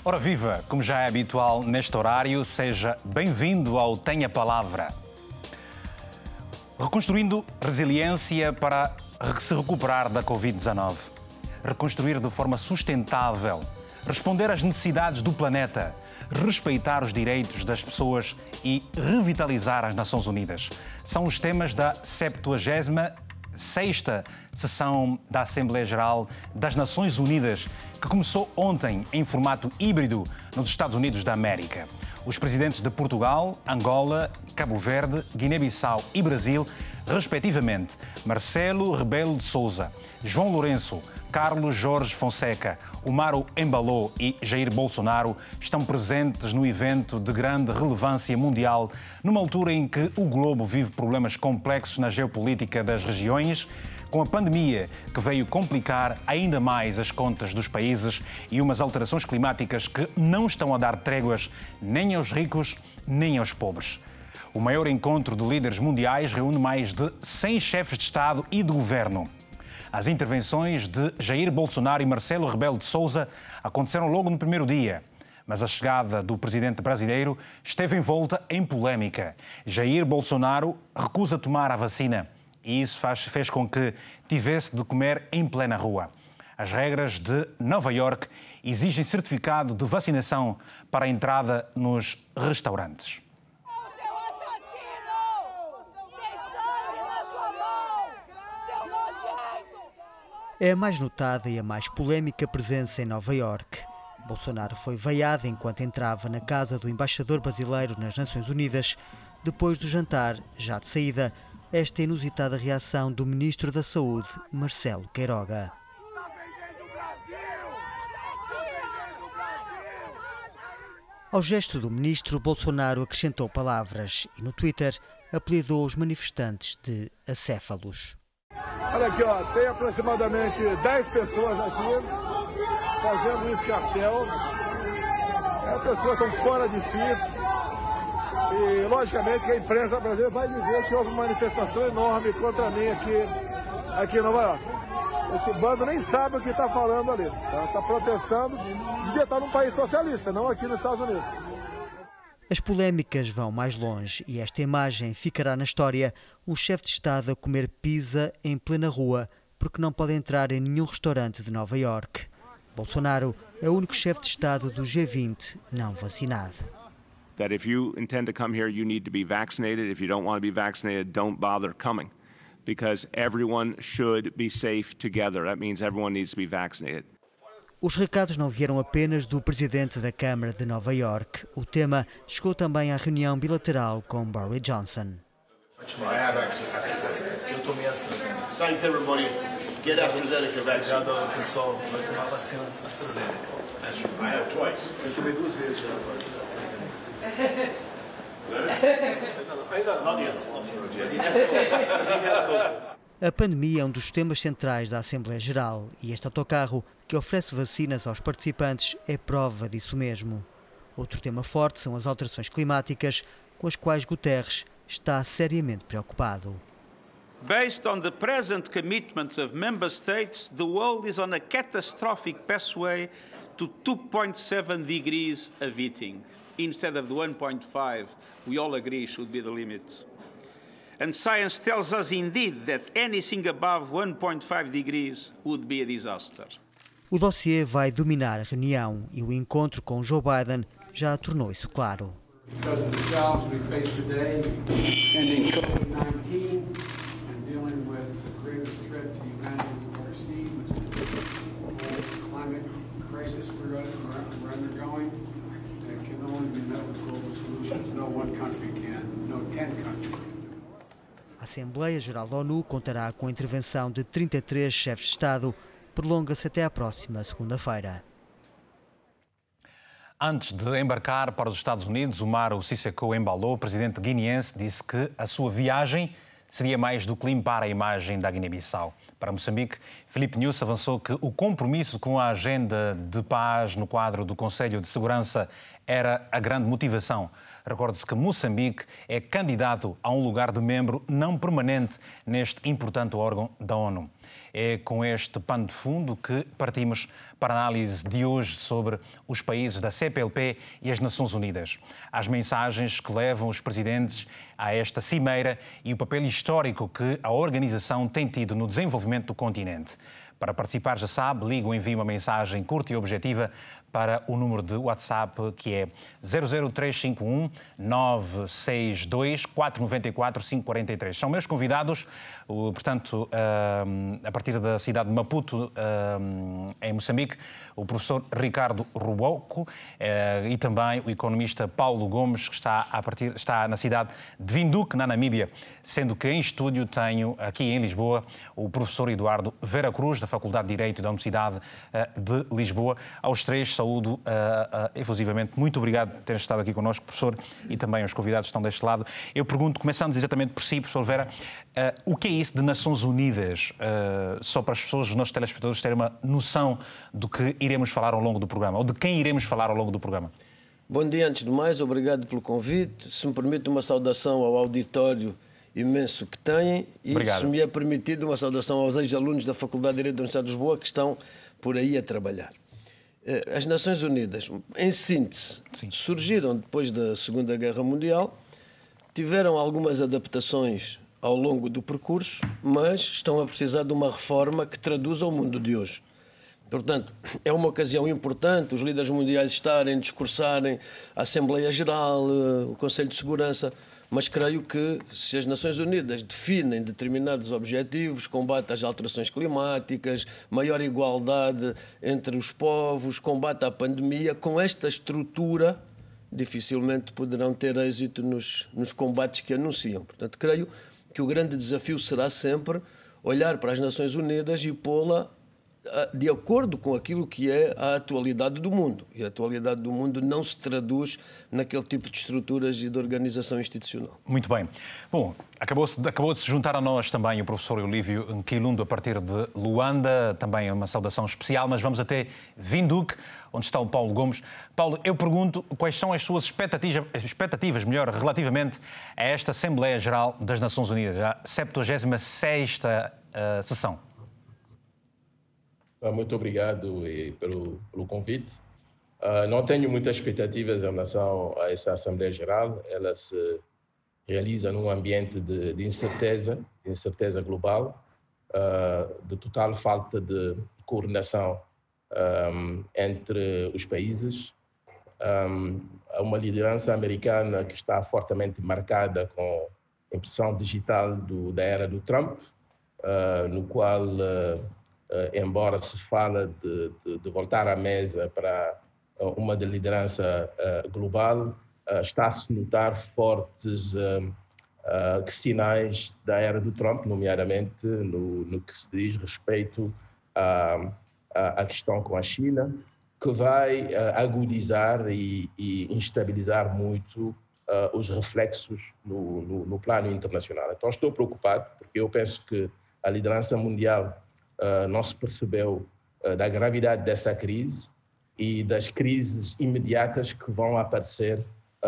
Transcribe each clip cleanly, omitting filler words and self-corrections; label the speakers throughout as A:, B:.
A: Ora viva, como já é habitual neste horário, seja bem-vindo ao Tenha Palavra. Reconstruindo resiliência para se recuperar da Covid-19. Reconstruir de forma sustentável. Responder às necessidades do planeta. Respeitar os direitos das pessoas e revitalizar as Nações Unidas. São os temas da 76ª sessão da Assembleia Geral das Nações Unidas, que começou ontem em formato híbrido nos Estados Unidos da América. Os presidentes de Portugal, Angola, Cabo Verde, Guiné-Bissau e Brasil, respectivamente, Marcelo Rebelo de Sousa, João Lourenço, Carlos Jorge Fonseca, Umaro Embalo e Jair Bolsonaro estão presentes no evento de grande relevância mundial, numa altura em que o globo vive problemas complexos na geopolítica das regiões, com a pandemia que veio complicar ainda mais as contas dos países e umas alterações climáticas que não estão a dar tréguas nem aos ricos nem aos pobres. O maior encontro de líderes mundiais reúne mais de 100 chefes de Estado e de Governo. As intervenções de Jair Bolsonaro e Marcelo Rebelo de Sousa aconteceram logo no primeiro dia, mas a chegada do presidente brasileiro esteve envolta em polémica. Jair Bolsonaro recusa tomar a vacina e isso fez com que tivesse de comer em plena rua. As regras de Nova Iorque exigem certificado de vacinação para a entrada nos restaurantes.
B: É a mais notada e a mais polémica presença em Nova Iorque. Bolsonaro foi vaiado enquanto entrava na casa do embaixador brasileiro nas Nações Unidas, depois do jantar, já de saída, esta inusitada reação do Ministro da Saúde, Marcelo Queiroga. Ao gesto do Ministro, Bolsonaro acrescentou palavras e, no Twitter, apelidou os manifestantes de acéfalos.
C: Olha aqui, ó, tem aproximadamente 10 pessoas aqui fazendo um escarcéu. As pessoas estão fora de si. E, logicamente, que a imprensa brasileira vai dizer que houve uma manifestação enorme contra mim aqui em Nova Iorque. Esse bando nem sabe o que está falando ali. Está protestando. Devia estar num país socialista, não aqui nos Estados Unidos.
B: As polémicas vão mais longe e esta imagem ficará na história: um chefe de Estado a comer pizza em plena rua porque não pode entrar em nenhum restaurante de Nova Iorque. Bolsonaro é o único chefe de Estado do G20 não vacinado.
D: That if you intend to come here, you need to be vaccinated. If you don't want to be vaccinated, don't bother coming, because everyone should be safe together. That means everyone needs to be vaccinated.
B: Os recados não vieram apenas do presidente da Câmara de Nova Iorque. O tema chegou também à reunião bilateral com Boris Johnson.
E: Thanks everybody. Get AstraZeneca vaccine.
F: Obrigado, pessoal. Vai tomar vacina AstraZeneca.
E: I have twice.
F: Eu tomei 2 vezes já agora.
B: A pandemia é um dos temas centrais da Assembleia Geral e este autocarro, que oferece vacinas aos participantes, é prova disso mesmo. Outro tema forte são as alterações climáticas, com as quais Guterres está seriamente preocupado.
G: Based on the present commitments of member states, the world is on a catastrophic pathway to 2.7 degrees of heating, instead of the 1.5 we all agree should be the limit. And science tells us indeed that anything above 1.5 degrees would be a disaster.
B: O dossiê vai dominar a reunião e o encontro com Joe Biden já tornou isso claro.
H: Because of the challenges we face today, ending COVID-19 and dealing with the greatest threat to humanity we've ever seen, which is the climate crisis we're undergoing. It can only be met with global solutions. No one country can, no 10 countries.
B: A Assembleia Geral da ONU contará com a intervenção de 33 chefes de Estado. Prolonga-se até à próxima segunda-feira.
A: Antes de embarcar para os Estados Unidos, Umaro Sissoco Embalo, presidente guineense, disse que a sua viagem seria mais do que limpar a imagem da Guiné-Bissau. Para Moçambique, Filipe Nunes avançou que o compromisso com a agenda de paz no quadro do Conselho de Segurança era a grande motivação. Recorde-se que Moçambique é candidato a um lugar de membro não permanente neste importante órgão da ONU. É com este pano de fundo que partimos para a análise de hoje sobre os países da CPLP e as Nações Unidas. As mensagens que levam os presidentes a esta cimeira e o papel histórico que a organização tem tido no desenvolvimento do continente. Para participar, já sabe, ligue ou envie uma mensagem curta e objetiva para o número de WhatsApp que é 00351 962 494 543. São meus convidados, portanto, a partir da cidade de Maputo, em Moçambique, o professor Ricardo Ruboco e também o economista Paulo Gomes, que está na cidade de Windhoek, na Namíbia, sendo que em estúdio tenho aqui em Lisboa o professor Eduardo Vera Cruz, da Faculdade de Direito da Universidade de Lisboa. Aos três, saúdo efusivamente. Muito obrigado por terem estado aqui connosco, professor, e também os convidados que estão deste lado. Eu pergunto, começando exatamente por si, professor Vera, o que é isso de Nações Unidas? Só para as pessoas, os nossos telespectadores, terem uma noção do que iremos falar ao longo do programa, ou de quem iremos falar ao longo do programa.
I: Bom dia, antes de mais, obrigado pelo convite. Se me permite uma saudação ao auditório imenso que têm e, obrigado. Se me é permitido, uma saudação aos ex-alunos da Faculdade de Direito da Universidade de Lisboa que estão por aí a trabalhar. As Nações Unidas, em síntese, surgiram depois da Segunda Guerra Mundial, tiveram algumas adaptações ao longo do percurso, mas estão a precisar de uma reforma que traduza o mundo de hoje. Portanto, é uma ocasião importante os líderes mundiais estarem, discursarem, a Assembleia Geral, o Conselho de Segurança, mas creio que se as Nações Unidas definem determinados objetivos, combate às alterações climáticas, maior igualdade entre os povos, combate à pandemia, com esta estrutura dificilmente poderão ter êxito nos combates que anunciam. Portanto, creio que o grande desafio será sempre olhar para as Nações Unidas e pô-la de acordo com aquilo que é a atualidade do mundo. E a atualidade do mundo não se traduz naquele tipo de estruturas e de organização institucional.
A: Muito bem. Bom, acabou de se juntar a nós também o professor Olívio Nquilundo, a partir de Luanda, também uma saudação especial, mas vamos até Windhoek, onde está o Paulo Gomes. Paulo, eu pergunto quais são as suas expectativas, relativamente a esta Assembleia Geral das Nações Unidas, a 76ª sessão.
J: Muito obrigado pelo convite. Não tenho muitas expectativas em relação a essa Assembleia Geral. Ela se realiza num ambiente de incerteza global, de total falta de coordenação entre os países. Há uma liderança americana que está fortemente marcada com a impressão digital da era do Trump, no qual... embora se fala de voltar à mesa para uma liderança global, está-se a notar fortes sinais da era do Trump, nomeadamente no que se diz respeito à questão com a China, que vai agudizar e instabilizar muito os reflexos no plano internacional. Então estou preocupado, porque eu penso que a liderança mundial não se percebeu da gravidade dessa crise e das crises imediatas que vão aparecer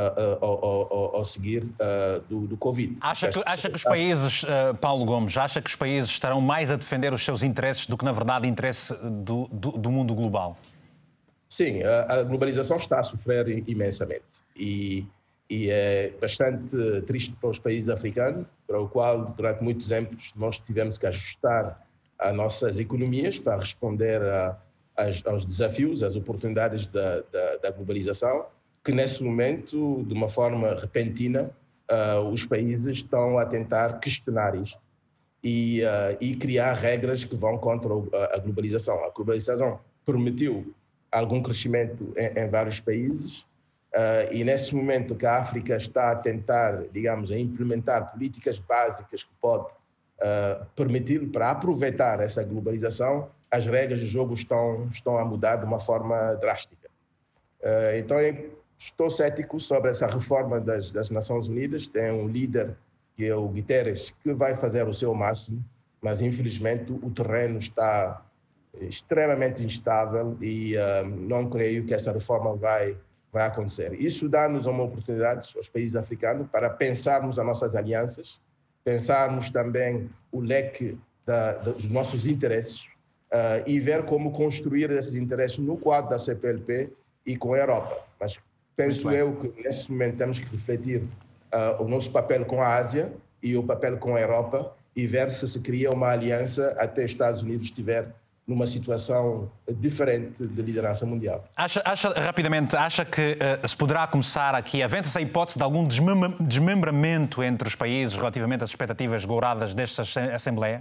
J: ao seguir do Covid.
A: Acha que os países, Paulo Gomes, acha que os países estarão mais a defender os seus interesses do que, na verdade, o interesse do mundo global?
J: Sim, a globalização está a sofrer imensamente e é bastante triste para os países africanos, para o qual, durante muitos anos, nós tivemos que ajustar as nossas economias para responder aos desafios, às oportunidades da globalização, que nesse momento, de uma forma repentina, os países estão a tentar questionar isto e criar regras que vão contra a globalização. A globalização permitiu algum crescimento em vários países e nesse momento que a África está a tentar, digamos, a implementar políticas básicas que pode permitir para aproveitar essa globalização, as regras do jogo estão a mudar de uma forma drástica. Então, estou cético sobre essa reforma das Nações Unidas. Tem um líder, que é o Guterres, que vai fazer o seu máximo, mas, infelizmente, o terreno está extremamente instável e não creio que essa reforma vai acontecer. Isso dá-nos uma oportunidade, aos países africanos, para pensarmos as nossas alianças, pensarmos também o leque dos nossos interesses e ver como construir esses interesses no quadro da CPLP e com a Europa. Mas penso eu que, nesse momento, temos que refletir o nosso papel com a Ásia e o papel com a Europa e ver se cria uma aliança até os Estados Unidos estiver numa situação diferente de liderança mundial.
A: Acha que se poderá começar aqui, havendo essa hipótese de algum desmembramento entre os países relativamente às expectativas gouradas desta Assembleia?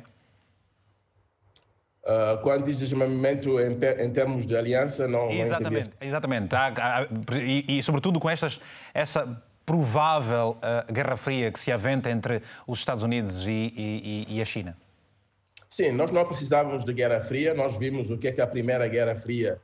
J: Quando diz desmembramento em termos de aliança, não
A: exatamente. E sobretudo com essa provável Guerra Fria que se aventa entre os Estados Unidos e a China.
J: Sim, nós não precisávamos de Guerra Fria, nós vimos o que é que a primeira Guerra Fria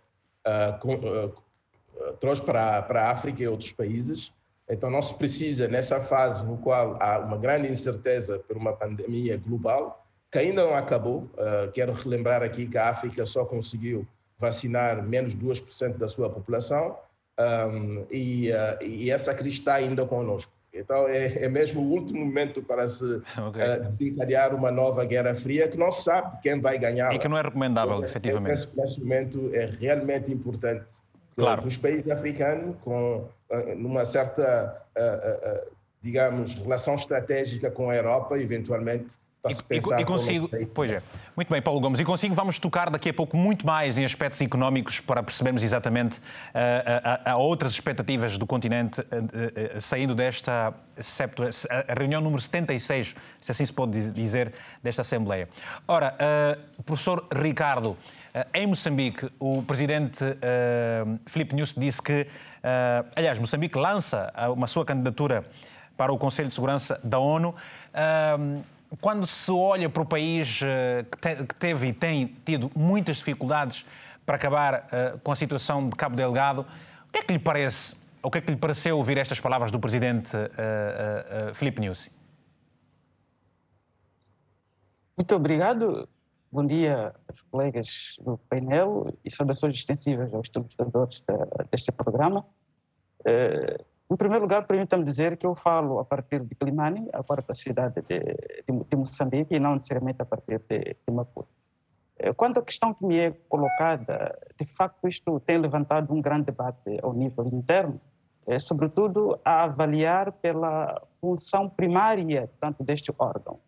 J: trouxe para a África e outros países. Então não se precisa, nessa fase no qual há uma grande incerteza por uma pandemia global, que ainda não acabou. Quero relembrar aqui que a África só conseguiu vacinar menos de 2% da sua população e essa crise está ainda connosco. Então é mesmo o último momento para se desencadear uma nova Guerra Fria que não se sabe quem vai ganhar.
A: E que não é recomendável, efetivamente.
J: Nesse momento é realmente importante que os países africanos, numa certa, digamos, relação estratégica com a Europa, eventualmente,
A: E consigo, pois é, muito bem, Paulo Gomes, vamos tocar daqui a pouco muito mais em aspectos económicos para percebermos exatamente a outras expectativas do continente saindo desta a reunião número 76, se assim se pode dizer, desta Assembleia. Ora, professor Ricardo, em Moçambique, o presidente Filipe Nyusi disse que, aliás, Moçambique lança uma sua candidatura para o Conselho de Segurança da ONU. Quando se olha para o país que teve e tem tido muitas dificuldades para acabar com a situação de Cabo Delgado, o que é que lhe parece, ou o que é que lhe pareceu ouvir estas palavras do presidente Filipe Nyusi?
K: Muito obrigado. Bom dia aos colegas do painel e saudações extensivas aos telespectadores deste programa. Em primeiro lugar, permitam-me dizer que eu falo a partir de Climane, a quarta cidade de Moçambique, e não necessariamente a partir de Maputo. Quanto à questão que me é colocada, de facto isto tem levantado um grande debate ao nível interno, sobretudo a avaliar pela função primária tanto deste órgão,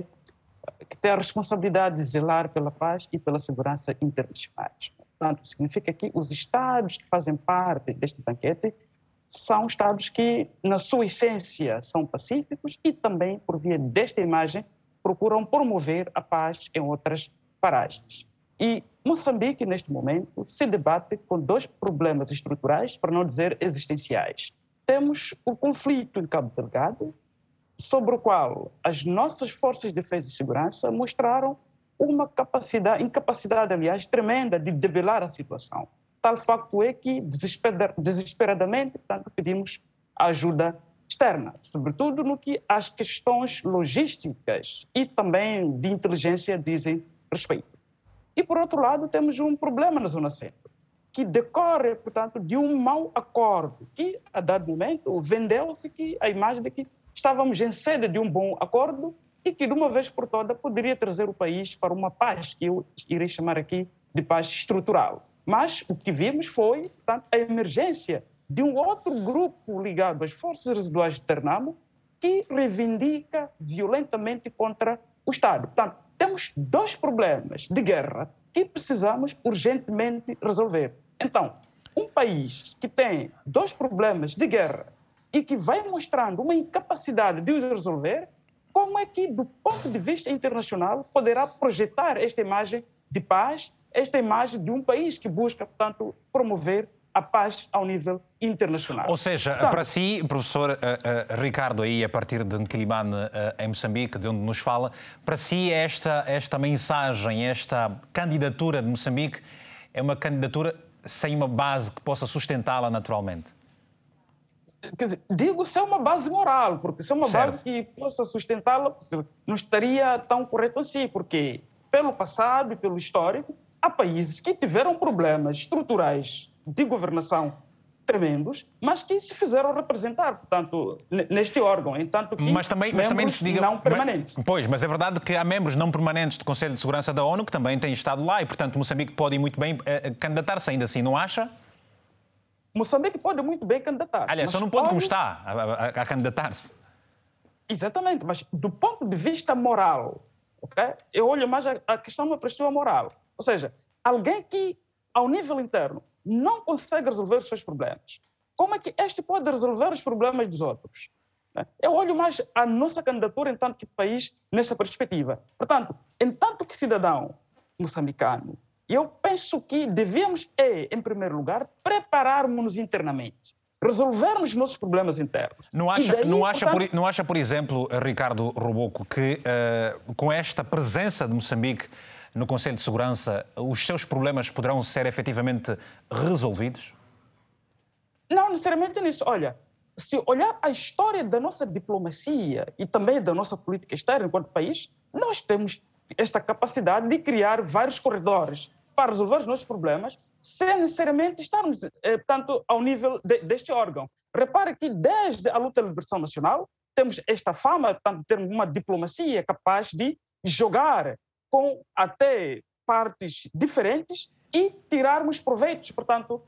K: que tem a responsabilidade de zelar pela paz e pela segurança internacionais. Portanto, significa que os Estados que fazem parte deste banquete são Estados que, na sua essência, são pacíficos e também, por via desta imagem, procuram promover a paz em outras paragens. E Moçambique, neste momento, se debate com dois problemas estruturais, para não dizer existenciais. Temos o conflito em Cabo Delgado, sobre o qual as nossas forças de defesa e segurança mostraram uma incapacidade, aliás, tremenda de debelar a situação. Tal facto é que, desesperadamente, portanto, pedimos ajuda externa, sobretudo no que as questões logísticas e também de inteligência dizem respeito. E, por outro lado, temos um problema na Zona Centro, que decorre, portanto, de um mau acordo, que, a dado momento, vendeu-se a imagem de que estávamos em sede de um bom acordo e que, de uma vez por todas, poderia trazer o país para uma paz que eu irei chamar aqui de paz estrutural. Mas o que vimos foi, portanto, a emergência de um outro grupo ligado às forças residuais de Ternamo que reivindica violentamente contra o Estado. Portanto, temos dois problemas de guerra que precisamos urgentemente resolver. Então, um país que tem dois problemas de guerra e que vai mostrando uma incapacidade de os resolver, como é que, do ponto de vista internacional, poderá projetar esta imagem de paz, esta imagem de um país que busca, portanto, promover a paz ao nível internacional?
A: Ou seja, portanto, para si, professor Ricardo, aí a partir de Nquilimane, em Moçambique, de onde nos fala, para si esta mensagem, esta candidatura de Moçambique é uma candidatura sem uma base que possa sustentá-la naturalmente?
K: Quer dizer, digo se é uma base moral, porque se é uma base que possa sustentá-la, não estaria tão correto assim, porque pelo passado e pelo histórico, há países que tiveram problemas estruturais de governação tremendos, mas que se fizeram representar, portanto, neste órgão, entanto que
A: mas também
K: membros não permanentes.
A: Mas é verdade que há membros não permanentes do Conselho de Segurança da ONU que também têm estado lá e, portanto, Moçambique pode muito bem candidatar-se ainda assim, não acha?
K: Moçambique pode muito bem candidatar-se.
A: Aliás, só não pode como está a candidatar-se.
K: Exatamente, mas do ponto de vista moral, okay, eu olho mais a questão de uma perspectiva moral. Ou seja, alguém que, ao nível interno, não consegue resolver os seus problemas, como é que este pode resolver os problemas dos outros? Eu olho mais a nossa candidatura enquanto que país nessa perspectiva. Portanto, enquanto que cidadão moçambicano, eu penso que devemos, em primeiro lugar, prepararmos-nos internamente, resolvermos nossos problemas internos.
A: Não acha, por exemplo, Ricardo Ruboco, que com esta presença de Moçambique no Conselho de Segurança, os seus problemas poderão ser efetivamente resolvidos?
K: Não necessariamente nisso. Olha, se olhar a história da nossa diplomacia e também da nossa política externa enquanto país, nós temos esta capacidade de criar vários corredores para resolver os nossos problemas sem necessariamente estarmos, tanto ao nível deste órgão. Repare que desde a luta da libertação nacional temos esta fama de termos uma diplomacia capaz de jogar com até partes diferentes e tirarmos proveitos, portanto,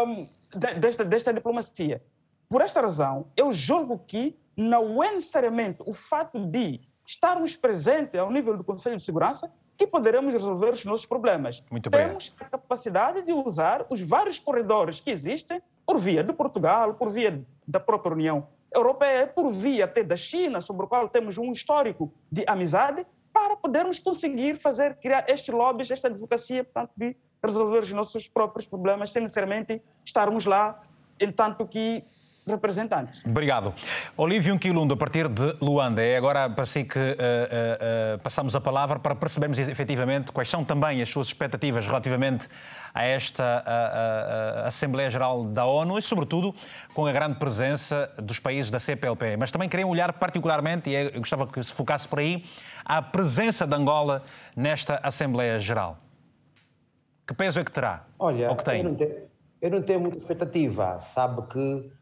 K: desta diplomacia. Por esta razão, eu julgo que não é necessariamente o fato de estarmos presentes ao nível do Conselho de Segurança que poderemos resolver os nossos problemas. Temos a capacidade de usar os vários corredores que existem por via de Portugal, por via da própria União Europeia, por via até da China, sobre o qual temos um histórico de amizade, para podermos conseguir criar estes lobbies, esta advocacia, portanto, de resolver os nossos próprios problemas, sem necessariamente estarmos lá, entanto que representantes.
A: Obrigado. Olívio Nquilundo, a partir de Luanda. É agora para si que passamos a palavra para percebermos efetivamente quais são também as suas expectativas relativamente a esta Assembleia Geral da ONU e, sobretudo, com a grande presença dos países da CPLP. Mas também queria olhar particularmente, e eu gostava que se focasse por aí, a presença de Angola nesta Assembleia Geral. Que peso é que terá?
L: Olha,
A: ou que tem?
L: Eu não tenho muita expectativa. Sabe que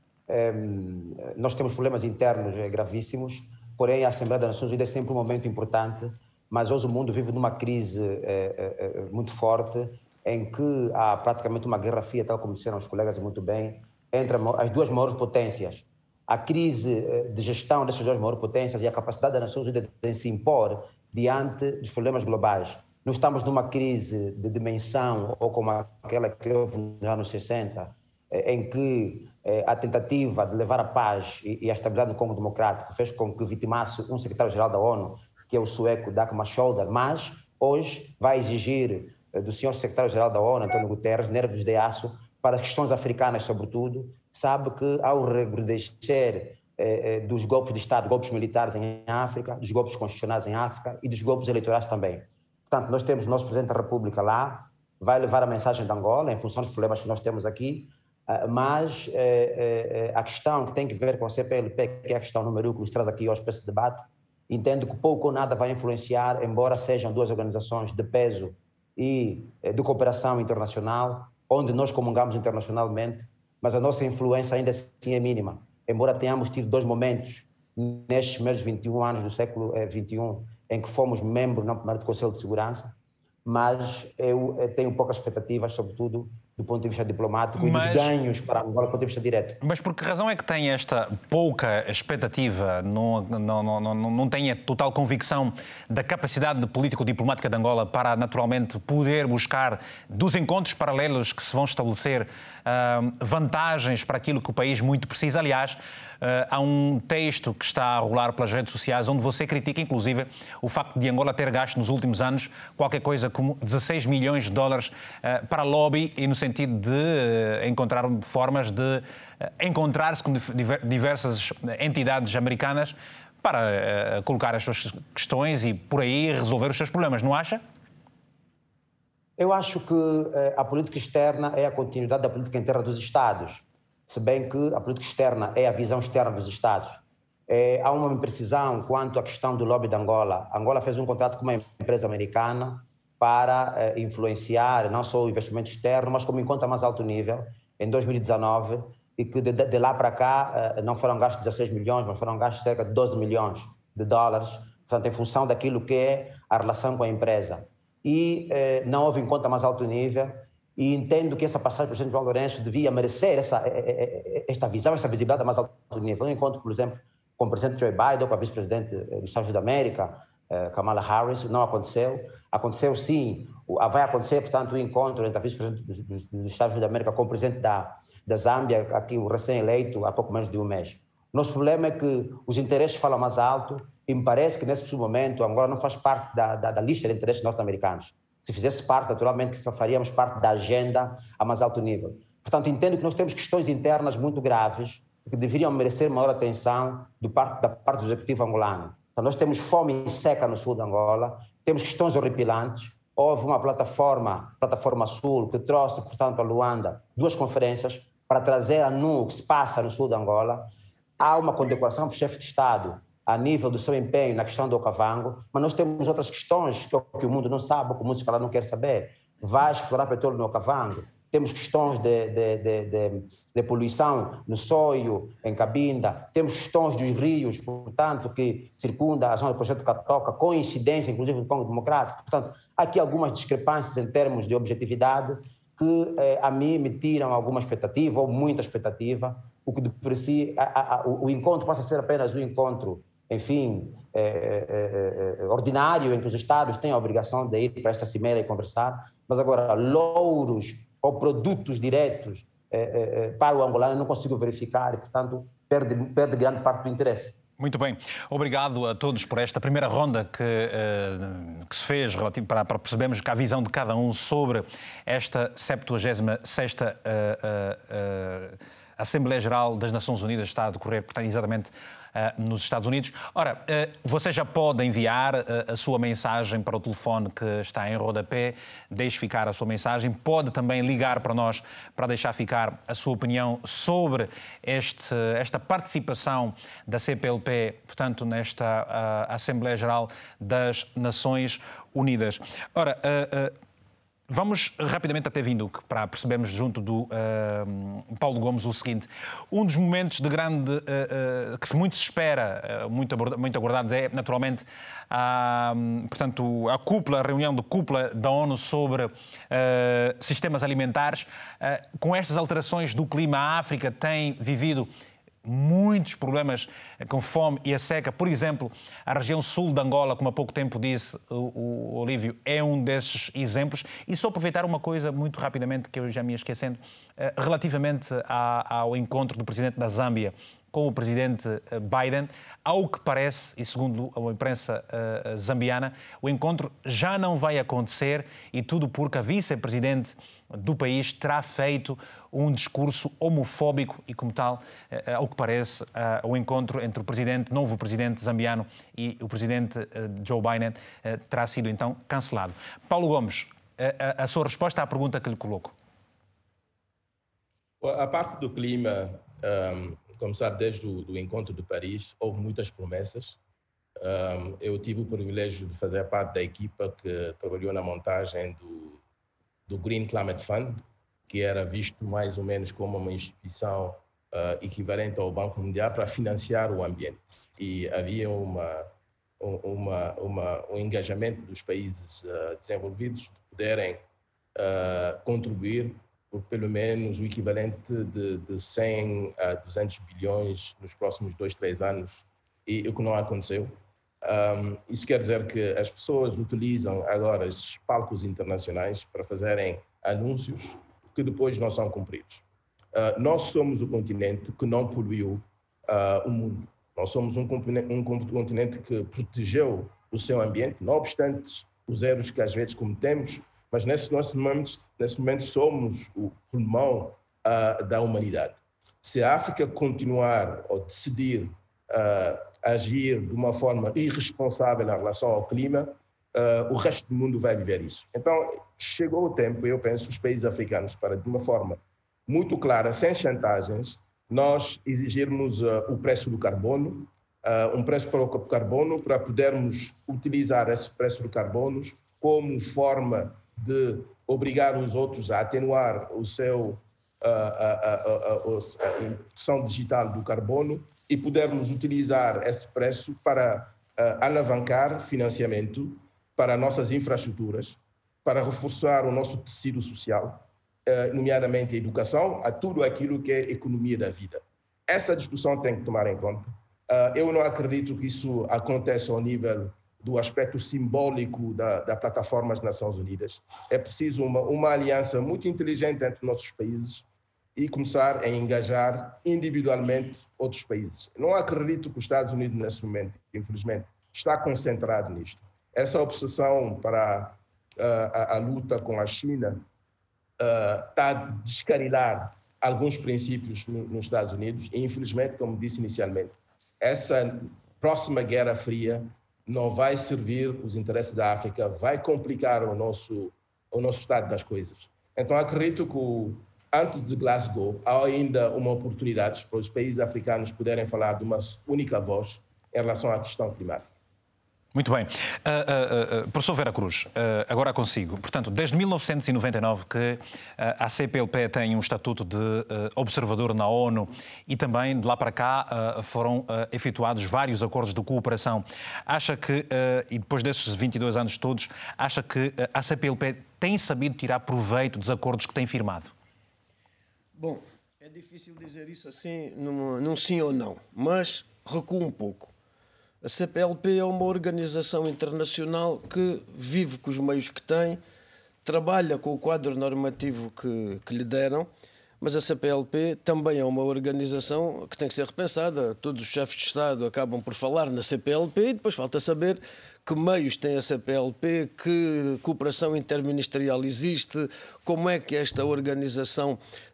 L: nós temos problemas internos gravíssimos, porém a Assembleia das Nações Unidas é sempre um momento importante, mas hoje o mundo vive numa crise muito forte, em que há praticamente uma guerra fria, tal como disseram os colegas muito bem, entre as duas maiores potências. A crise de gestão dessas duas maiores potências e a capacidade das Nações Unidas de se impor diante dos problemas globais. Não estamos numa crise de dimensão ou como aquela que houve nos anos 60, em que a tentativa de levar a paz e a estabilidade no Congo Democrático fez com que vitimasse um secretário-geral da ONU, que é o sueco Dag Hammarskjöld, mas hoje vai exigir do senhor secretário-geral da ONU, António Guterres, nervos de aço para as questões africanas, sobretudo. Sabe que ao recrudescer dos golpes de Estado, golpes militares em África, dos golpes constitucionais em África e dos golpes eleitorais também. Portanto, nós temos o nosso Presidente da República lá, vai levar a mensagem de Angola em função dos problemas que nós temos aqui, mas a questão que tem que ver com a CPLP, que é a questão número 1 que nos traz aqui hoje para esse debate, entendo que pouco ou nada vai influenciar, embora sejam duas organizações de peso e de cooperação internacional, onde nós comungamos internacionalmente, mas a nossa influência ainda assim é mínima. Embora tenhamos tido dois momentos nestes primeiros 21 anos do século XXI, em que fomos membros não primeiro do Conselho de Segurança, mas eu tenho poucas expectativas, sobretudo do ponto de vista diplomático e dos ganhos para Angola do ponto de vista direto.
A: Mas por que razão é que tem esta pouca expectativa, não tem a total convicção da capacidade político-diplomática de Angola para naturalmente poder buscar dos encontros paralelos que se vão estabelecer vantagens para aquilo que o país muito precisa? Aliás, há um texto que está a rolar pelas redes sociais onde você critica, inclusive, o facto de Angola ter gasto nos últimos anos qualquer coisa como 16 milhões de dólares para lobby e no sentido de encontrar formas de encontrar-se com diversas entidades americanas para colocar as suas questões e, por aí, resolver os seus problemas, não acha?
L: Eu acho que a política externa é a continuidade da política interna dos Estados, se bem que a política externa é a visão externa dos Estados. Há uma imprecisão quanto à questão do lobby de Angola. Angola fez um contrato com uma empresa americana para influenciar não só o investimento externo, mas como em conta mais alto nível, em 2019, e que de lá para cá não foram gastos 16 milhões, mas foram gastos cerca de 12 milhões de dólares, portanto, em função daquilo que é a relação com a empresa. E não houve encontro a mais alto nível, e entendo que essa passagem do presidente João Lourenço devia merecer esta visão, essa visibilidade a mais alto nível. Um encontro, por exemplo, com o presidente Joe Biden, com a vice-presidente dos Estados da América, Kamala Harris, não aconteceu. Aconteceu sim, vai acontecer, portanto, o encontro entre a vice-presidente dos Estados da América com o presidente da Zâmbia, aqui o recém-eleito, há pouco menos de um mês. O nosso problema é que os interesses falam mais alto, e me parece que nesse momento Angola não faz parte da lista de interesses norte-americanos. Se fizesse parte, naturalmente, faríamos parte da agenda a mais alto nível. Portanto, entendo que nós temos questões internas muito graves que deveriam merecer maior atenção da parte do executivo angolano. Então, nós temos fome seca no sul de Angola, temos questões horripilantes. Houve uma plataforma Sul, que trouxe, portanto, a Luanda, 2 conferências para trazer a nu o que se passa no sul de Angola. Há uma condecoração para o chefe de Estado a nível do seu empenho na questão do Okavango, mas nós temos outras questões que o mundo não sabe, que o mundo se calhar não quer saber. Vai explorar petróleo no Okavango. Temos questões de poluição no Soio, em Cabinda. Temos questões dos rios, portanto, que circundam a zona do projeto Catoca, com incidência, inclusive, do Congo Democrático. Portanto, há aqui algumas discrepâncias em termos de objetividade que a mim me tiram alguma expectativa, ou muita expectativa, o que por si, o encontro passa a ser apenas um encontro, enfim, ordinário, em que os Estados têm a obrigação de ir para esta cimeira e conversar, mas agora louros ou produtos diretos para o angolano eu não consigo verificar e, portanto, perde grande parte do interesse.
A: Muito bem. Obrigado a todos por esta primeira ronda que se fez para percebermos que a visão de cada um sobre esta 76ª Assembleia Geral das Nações Unidas está a decorrer, portanto, exatamente nos Estados Unidos. Ora, você já pode enviar a sua mensagem para o telefone que está em rodapé, deixe ficar a sua mensagem, pode também ligar para nós para deixar ficar a sua opinião sobre esta participação da CPLP, portanto, nesta Assembleia Geral das Nações Unidas. Ora, vamos rapidamente até Vinduque para percebermos junto do Paulo Gomes o seguinte. Um dos momentos de grande que muito se espera, muito aguardados, é naturalmente portanto, a reunião de cúpula da ONU sobre sistemas alimentares. Com estas alterações do clima, a África tem vivido muitos problemas com fome e a seca. Por exemplo, a região sul de Angola, como há pouco tempo disse o Olívio, é um desses exemplos. E só aproveitar uma coisa muito rapidamente, que eu já me ia esquecendo, relativamente ao encontro do presidente da Zâmbia com o presidente Biden, ao que parece, e segundo a imprensa zambiana, o encontro já não vai acontecer, e tudo porque a vice-presidente do país terá feito um discurso homofóbico e, como tal, ao que parece, o encontro entre o novo presidente zambiano e o presidente Joe Biden terá sido então cancelado. Paulo Gomes, a sua resposta à pergunta que lhe coloco.
J: A parte do clima, como sabe, desde o encontro de Paris, houve muitas promessas. Eu tive o privilégio de fazer parte da equipa que trabalhou na montagem do Green Climate Fund, que era visto mais ou menos como uma instituição equivalente ao Banco Mundial para financiar o ambiente. E havia um engajamento dos países desenvolvidos de poderem contribuir por pelo menos o equivalente de 100 a 200 bilhões nos próximos 2-3 anos, e o que não aconteceu. Isso quer dizer que as pessoas utilizam agora esses palcos internacionais para fazerem anúncios que depois não são cumpridos. Nós somos o continente que não poluiu o mundo. Nós somos um continente que protegeu o seu ambiente, não obstante os erros que às vezes cometemos, mas nesse momento somos o pulmão da humanidade. Se a África continuar ou decidir agir de uma forma irresponsável em relação ao clima, o resto do mundo vai viver isso. Então, chegou o tempo, eu penso, os países africanos, para, de uma forma muito clara, sem chantagens, nós exigirmos o preço do carbono, um preço para o carbono, para podermos utilizar esse preço do carbono como forma de obrigar os outros a atenuar o seu a impressão digital do carbono e podermos utilizar esse preço para alavancar financiamento para nossas infraestruturas, para reforçar o nosso tecido social, nomeadamente a educação, a tudo aquilo que é economia da vida. Essa discussão tem que tomar em conta. Eu não acredito que isso aconteça ao nível do aspecto simbólico da plataforma das Nações Unidas. É preciso uma aliança muito inteligente entre nossos países e começar a engajar individualmente outros países. Não acredito que os Estados Unidos, nesse momento, infelizmente, está concentrado nisto. Essa obsessão para a luta com a China está a descarrilar alguns princípios nos Estados Unidos e, infelizmente, como disse inicialmente, essa próxima Guerra Fria não vai servir os interesses da África, vai complicar o nosso estado das coisas. Então, acredito que antes de Glasgow, há ainda uma oportunidade para os países africanos poderem falar de uma única voz em relação à questão climática.
A: Muito bem. Professor Vera Cruz, agora consigo. Portanto, desde 1999 que a CPLP tem um estatuto de observador na ONU e também de lá para cá foram efetuados vários acordos de cooperação. Acha que, e depois desses 22 anos todos, acha que a CPLP tem sabido tirar proveito dos acordos que tem firmado?
I: Bom, é difícil dizer isso assim num sim ou não, mas recuo um pouco. A CPLP é uma organização internacional que vive com os meios que tem, trabalha com o quadro normativo que lhe deram, mas a CPLP também é uma organização que tem que ser repensada. Todos os chefes de Estado acabam por falar na CPLP e depois falta saber que meios tem a CPLP, que cooperação interministerial existe, como é que esta organização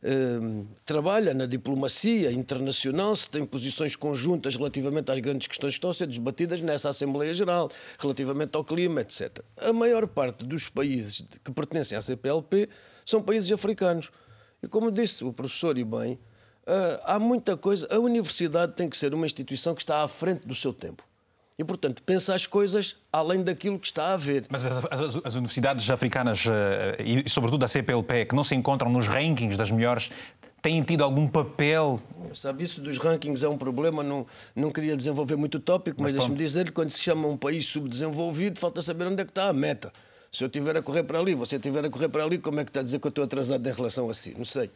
I: trabalha na diplomacia internacional, se tem posições conjuntas relativamente às grandes questões que estão a ser debatidas nessa Assembleia Geral, relativamente ao clima, etc. A maior parte dos países que pertencem à CPLP são países africanos. E como disse o professor e bem, há muita coisa. A universidade tem que ser uma instituição que está à frente do seu tempo. E, portanto, pensa as coisas além daquilo que está a haver.
A: Mas as universidades africanas, e sobretudo a CPLP, que não se encontram nos rankings das melhores, têm tido algum papel?
I: Sabe, isso dos rankings é um problema, não queria desenvolver muito o tópico, mas deixe-me dizer que quando se chama um país subdesenvolvido, falta saber onde é que está a meta. Se eu estiver a correr para ali, você estiver a correr para ali, como é que está a dizer que eu estou atrasado em relação a si? Não sei.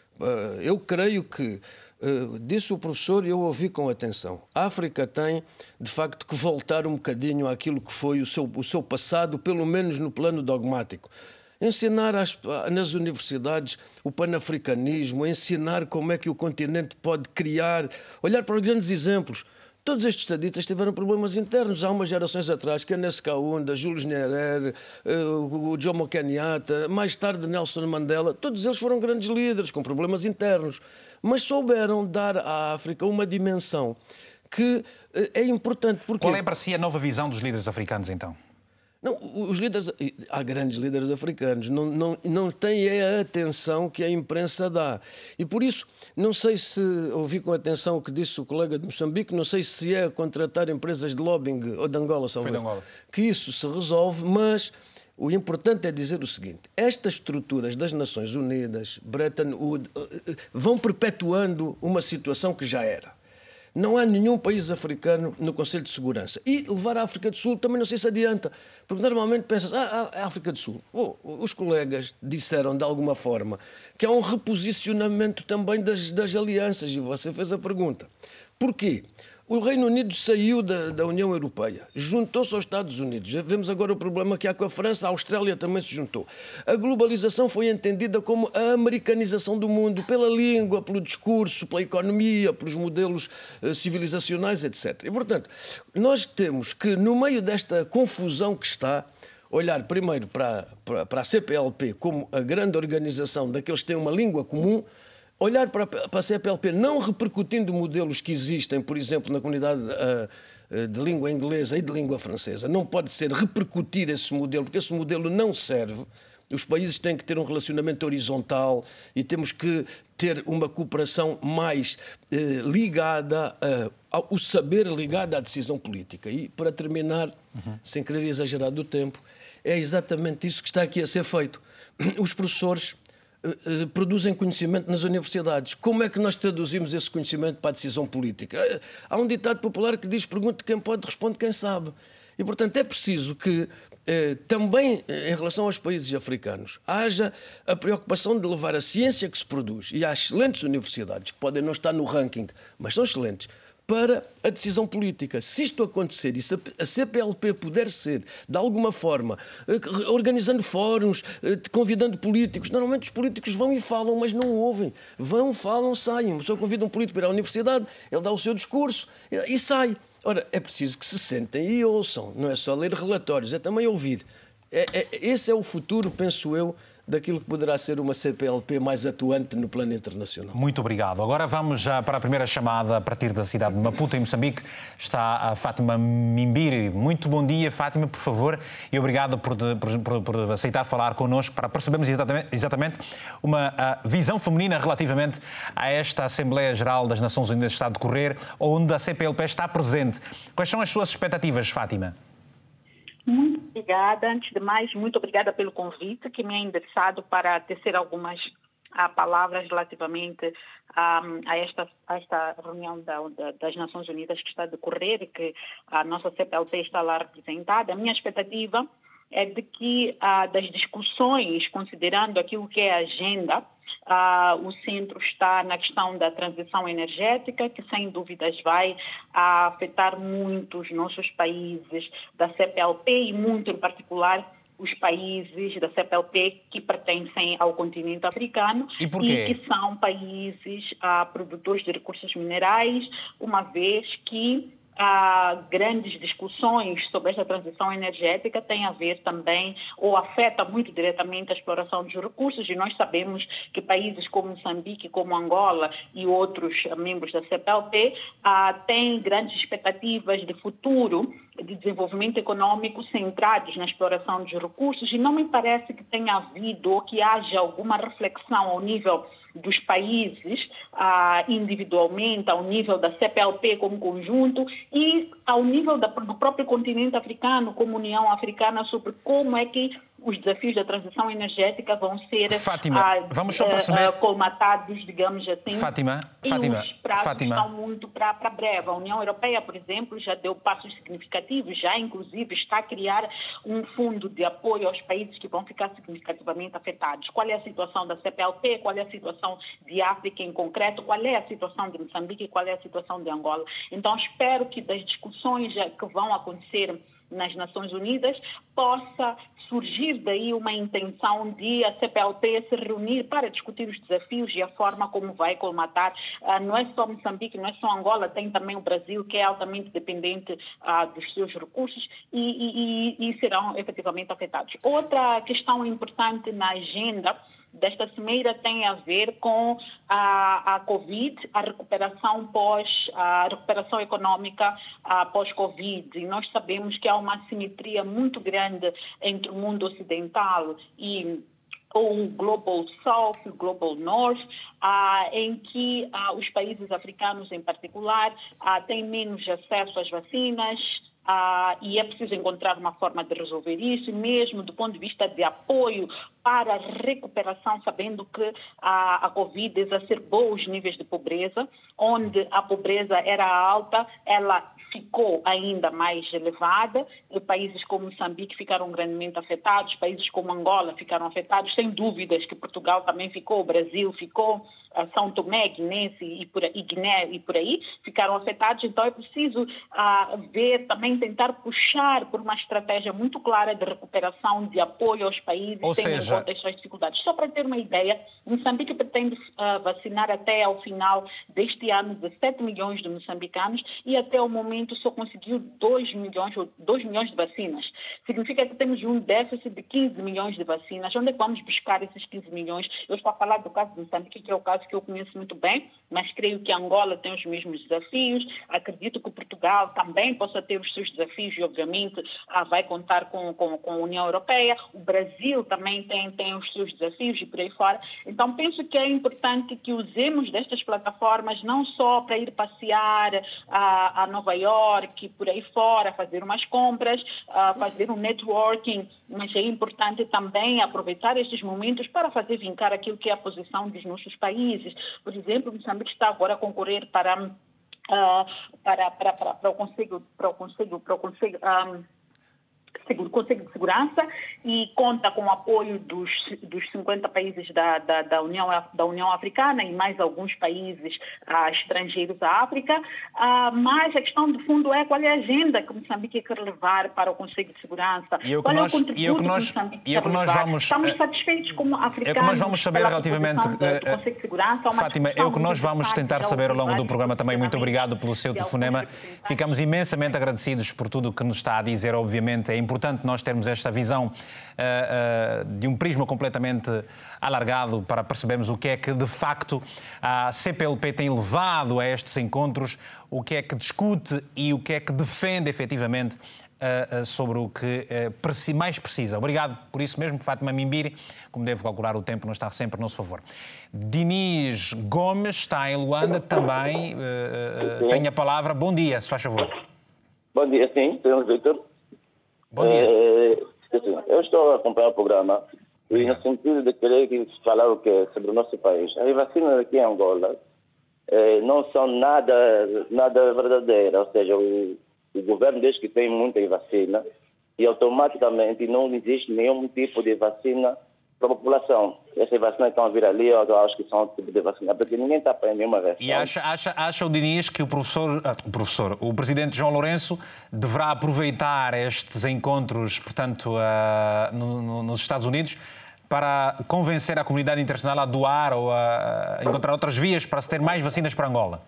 I: Eu creio que, disse o professor e eu ouvi com atenção, a África tem, de facto, que voltar um bocadinho àquilo que foi o seu passado, pelo menos no plano dogmático. Ensinar nas universidades o panafricanismo, ensinar como é que o continente pode criar, olhar para os grandes exemplos. Todos estes estadistas tiveram problemas internos. Há umas gerações atrás, Kenneth Kaunda, Julius Nyerere, o Jomo Kenyatta, mais tarde Nelson Mandela, todos eles foram grandes líderes com problemas internos, mas souberam dar à África uma dimensão que é importante. Porque...
A: Qual é para si a nova visão dos líderes africanos, então?
I: Não, os líderes, há grandes líderes africanos, não têm a atenção que a imprensa dá. E por isso, não sei se ouvi com atenção o que disse o colega de Moçambique, não sei se é contratar empresas de lobbying, ou de Angola,
A: Foi de Angola,
I: que isso se resolve, mas o importante é dizer o seguinte: estas estruturas das Nações Unidas, Bretton Woods, vão perpetuando uma situação que já era. Não há nenhum país africano no Conselho de Segurança. E levar a África do Sul também não sei se adianta. Porque normalmente pensas, a África do Sul. Os colegas disseram de alguma forma que há um reposicionamento também das alianças. E você fez a pergunta. Porquê? O Reino Unido saiu da União Europeia, juntou-se aos Estados Unidos. Já vemos agora o problema que há com a França, a Austrália também se juntou. A globalização foi entendida como a americanização do mundo, pela língua, pelo discurso, pela economia, pelos modelos civilizacionais, etc. E, portanto, nós temos que, no meio desta confusão que está, olhar primeiro para a CPLP como a grande organização daqueles que têm uma língua comum, olhar para a CPLP não repercutindo modelos que existem, por exemplo, na comunidade de língua inglesa e de língua francesa. Não pode ser repercutir esse modelo, porque esse modelo não serve. Os países têm que ter um relacionamento horizontal e temos que ter uma cooperação mais ligada ao saber, ligada à decisão política. E, para terminar, sem querer exagerar do tempo, é exatamente isso que está aqui a ser feito. Os professores produzem conhecimento nas universidades. Como é que nós traduzimos esse conhecimento para a decisão política? Há um ditado popular que diz: pergunte quem pode, responde quem sabe. E, portanto, é preciso que também, em relação aos países africanos, haja a preocupação de levar a ciência que se produz, e há excelentes universidades que podem não estar no ranking, mas são excelentes, para a decisão política. Se isto acontecer e se a CPLP puder ser, de alguma forma, organizando fóruns, convidando políticos, normalmente os políticos vão e falam, mas não ouvem. Vão, falam, saem. A pessoa convida um político para ir à universidade, ele dá o seu discurso e sai. Ora, é preciso que se sentem e ouçam. Não é só ler relatórios, é também ouvir. Esse é o futuro, penso eu, daquilo que poderá ser uma CPLP mais atuante no plano internacional.
A: Muito obrigado. Agora vamos já para a primeira chamada a partir da cidade de Maputo, em Moçambique. Está a Fátima Mimbiri. Muito bom dia, Fátima, por favor, e obrigado por aceitar falar connosco para percebermos exatamente uma visão feminina relativamente a esta Assembleia Geral das Nações Unidas que está a decorrer, onde a CPLP está presente. Quais são as suas expectativas, Fátima?
M: Muito obrigada. Antes de mais, muito obrigada pelo convite que me é endereçado para tecer algumas palavras relativamente a esta reunião das Nações Unidas que está a decorrer e que a nossa CPLP está lá representada. A minha expectativa é de que das discussões, considerando aquilo que é a agenda, o centro está na questão da transição energética, que sem dúvidas vai afetar muito os nossos países da CPLP e muito em particular os países da CPLP que pertencem ao continente africano
A: e que
M: são países produtores de recursos minerais, uma vez que grandes discussões sobre esta transição energética têm a ver também, ou afeta muito diretamente a exploração dos recursos, e nós sabemos que países como Moçambique, como Angola e outros membros da CPLP têm grandes expectativas de futuro de desenvolvimento econômico centrados na exploração dos recursos, e não me parece que tenha havido ou que haja alguma reflexão ao nível dos países individualmente, ao nível da CPLP como conjunto e ao nível do próprio continente africano, como União Africana, sobre como é que os desafios da transição energética vão ser
A: vamos só perceber...
M: colmatados, digamos assim.
A: Fátima,
M: os prazos estão muito para breve. A União Europeia, por exemplo, já deu passos significativos, já inclusive está a criar um fundo de apoio aos países que vão ficar significativamente afetados. Qual é a situação da CPLP? Qual é a situação de África em concreto? Qual é a situação de Moçambique? Qual é a situação de Angola? Então, espero que das discussões que vão acontecer nas Nações Unidas possa surgir daí uma intenção de a CPLP se reunir para discutir os desafios e a forma como vai colmatar. Não é só Moçambique, não é só Angola, tem também o Brasil, que é altamente dependente dos seus recursos e serão efetivamente afetados. Outra questão importante na agenda desta cimeira tem a ver com a Covid, a recuperação econômica pós-Covid. E nós sabemos que há uma assimetria muito grande entre o mundo ocidental e o Global South, o Global North, em que os países africanos em particular têm menos acesso às vacinas, e é preciso encontrar uma forma de resolver isso, mesmo do ponto de vista de apoio para a recuperação, sabendo que a Covid exacerbou os níveis de pobreza, onde a pobreza era alta, ela ficou ainda mais elevada. Países como Moçambique ficaram grandemente afetados, países como Angola ficaram afetados, sem dúvidas que Portugal também ficou, o Brasil ficou, São Tomé, Guiné e por aí ficaram afetados. Então é preciso ver, também tentar puxar por uma estratégia muito clara de recuperação, de apoio aos países, tendo em conta estas dificuldades. Só para ter uma ideia, Moçambique pretende vacinar até ao final deste ano 17 milhões de moçambicanos e até o momento só conseguiu 2 milhões de vacinas. Significa que temos um déficit de 15 milhões de vacinas. Onde é que vamos buscar esses 15 milhões? Eu estou a falar do caso de Moçambique, que é o caso caso que eu conheço muito bem, mas creio que Angola tem os mesmos desafios. Acredito que Portugal também possa ter os seus desafios e, obviamente, vai contar com a União Europeia. O Brasil também tem os seus desafios e por aí fora. Então, penso que é importante que usemos destas plataformas não só para ir passear a Nova York, por aí fora, fazer umas compras, fazer um networking, mas é importante também aproveitar estes momentos para fazer vincar aquilo que é a posição dos nossos países. Por exemplo, Moçambique está agora a concorrer para o Conselho de Segurança e conta com o apoio dos 50 países da União Africana e mais alguns países estrangeiros da África, mas a questão de fundo é qual é a agenda que Moçambique quer levar para o Conselho de Segurança, qual é o contributo que Moçambique quer levar. Estamos satisfeitos como africanos.
A: É o que nós vamos saber relativamente,
M: do Conselho de Segurança.
A: Fátima, é o que nós vamos tentar saber ao longo do programa também. Muito obrigado pelo seu telefonema. Ficamos imensamente agradecidos por tudo o que nos está a dizer, obviamente. É importante nós termos esta visão de um prisma completamente alargado para percebermos o que é que, de facto, a CPLP tem levado a estes encontros, o que é que discute e o que é que defende, efetivamente, sobre o que mais precisa. Obrigado por isso mesmo, Fátima Mimbiri. Como devo calcular, o tempo não está sempre a nosso favor. Dinis Gomes está em Luanda também. Tem a palavra. Bom dia, se faz favor.
N: Bom dia, sim, Sr. Vítor.
A: Bom dia.
N: Eu estou a acompanhar o programa e no sentido de querer falar o que sobre o nosso país. As vacinas aqui em Angola não são nada verdadeiras, ou seja, o governo diz que tem muita vacina e automaticamente não existe nenhum tipo de vacina para a população. Essas vacinas estão a vir ali, eu acho que são outro tipo de vacina, porque ninguém está para nenhuma vacina.
A: E acha o Diniz que o presidente João Lourenço deverá aproveitar estes encontros, portanto, nos Estados Unidos, para convencer a comunidade internacional a doar ou a encontrar outras vias para se ter mais vacinas para Angola?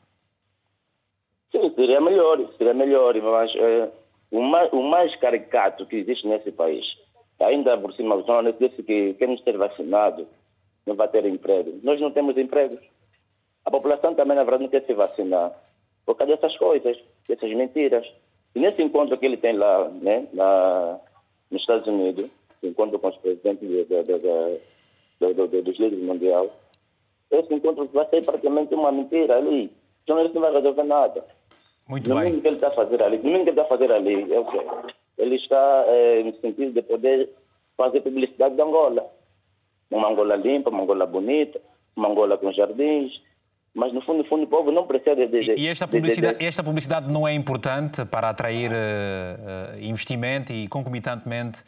N: Sim, seria melhor, mas o mais caricato que existe nesse país, ainda por cima, o João disse que queremos ser vacinados, não vai ter emprego. Nós não temos empregos. A população também, na verdade, não quer se vacinar por causa dessas coisas, dessas mentiras. E nesse encontro que ele tem lá, né, nos Estados Unidos, encontro com os presidentes dos líderes mundiais, esse encontro vai ser praticamente uma mentira ali. Então ele não vai resolver nada.
A: Muito bem.
N: No mínimo que ele está a fazer ali, é o quê? Ele está no sentido de poder fazer publicidade de Angola. Uma Angola limpa, uma Angola bonita, uma Angola com jardins. Mas, no fundo, o povo não precisa de...
A: E esta publicidade não é importante para atrair investimento e, concomitantemente,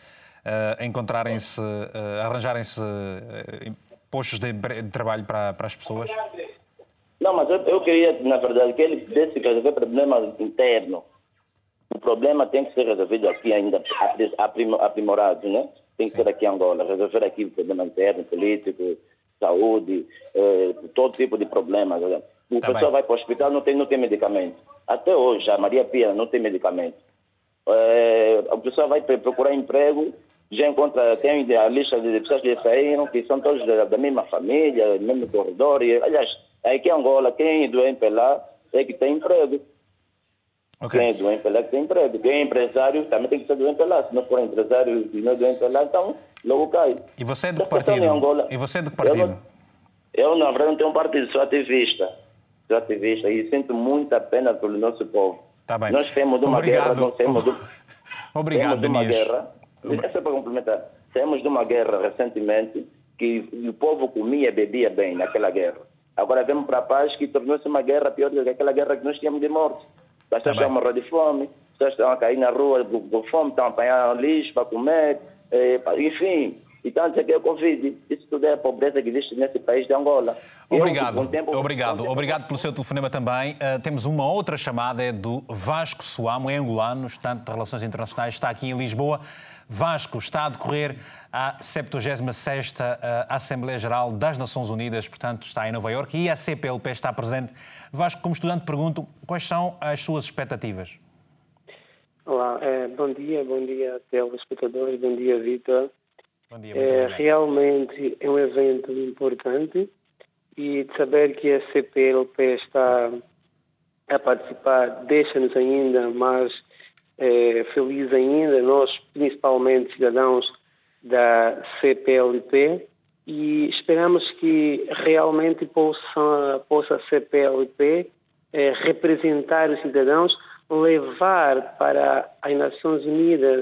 A: arranjarem-se postos de trabalho para as pessoas?
N: Não, mas eu queria, na verdade, que ele desse resolver problema interno. O problema tem que ser resolvido aqui ainda, aprimorado, né? Tem que ser aqui em Angola, resolver aqui o problema interno, político, saúde, todo tipo de problemas. O pessoal vai para o hospital, não tem medicamento. Até hoje, a Maria Pia não tem medicamento. A pessoa vai procurar emprego, já encontra, tem a lista de pessoas que saíram, que são todos da mesma família, do mesmo corredor. Aliás, aqui em Angola, quem é doente lá é que tem emprego. Okay. Quem é doente lá que tem emprego. Quem é empresário também tem que ser doente lá. Se não for empresário e não é doente lá, então logo cai.
A: E você é de que partido?
N: Eu, na verdade, não tenho um partido, sou ativista. E sinto muita pena pelo nosso povo.
A: Tá bem.
N: Nós temos de uma guerra,
A: Obrigado, Diniz.
N: É só para complementar. Saímos de uma guerra recentemente que o povo comia e bebia bem naquela guerra. Agora vemos para a paz que tornou-se uma guerra pior do que aquela guerra que nós tínhamos de morte. As pessoas estão a morrer de fome, as pessoas estão a cair na rua com fome, estão a apanhar lixo para comer, enfim. Então, isso aqui é o Covid. Isso tudo é a pobreza que existe nesse país de Angola.
A: Obrigado pelo seu telefonema também. Temos uma outra chamada, é do Vasco Suamo, é angolano, estudante de Relações Internacionais, está aqui em Lisboa. Vasco, está a decorrer a 76ª Assembleia Geral das Nações Unidas, portanto está em Nova Iorque, e a CPLP está presente. Vasco, como estudante, pergunto, quais são as suas expectativas?
O: Olá, bom dia telespectadores, bom dia, Vítor.
A: Bom dia, muito obrigado.
O: Realmente é um evento importante e de saber que a CPLP está a participar deixa-nos ainda mais felizes ainda, nós principalmente cidadãos da CPLP, e esperamos que realmente possa a CPLP representar os cidadãos, levar para as Nações Unidas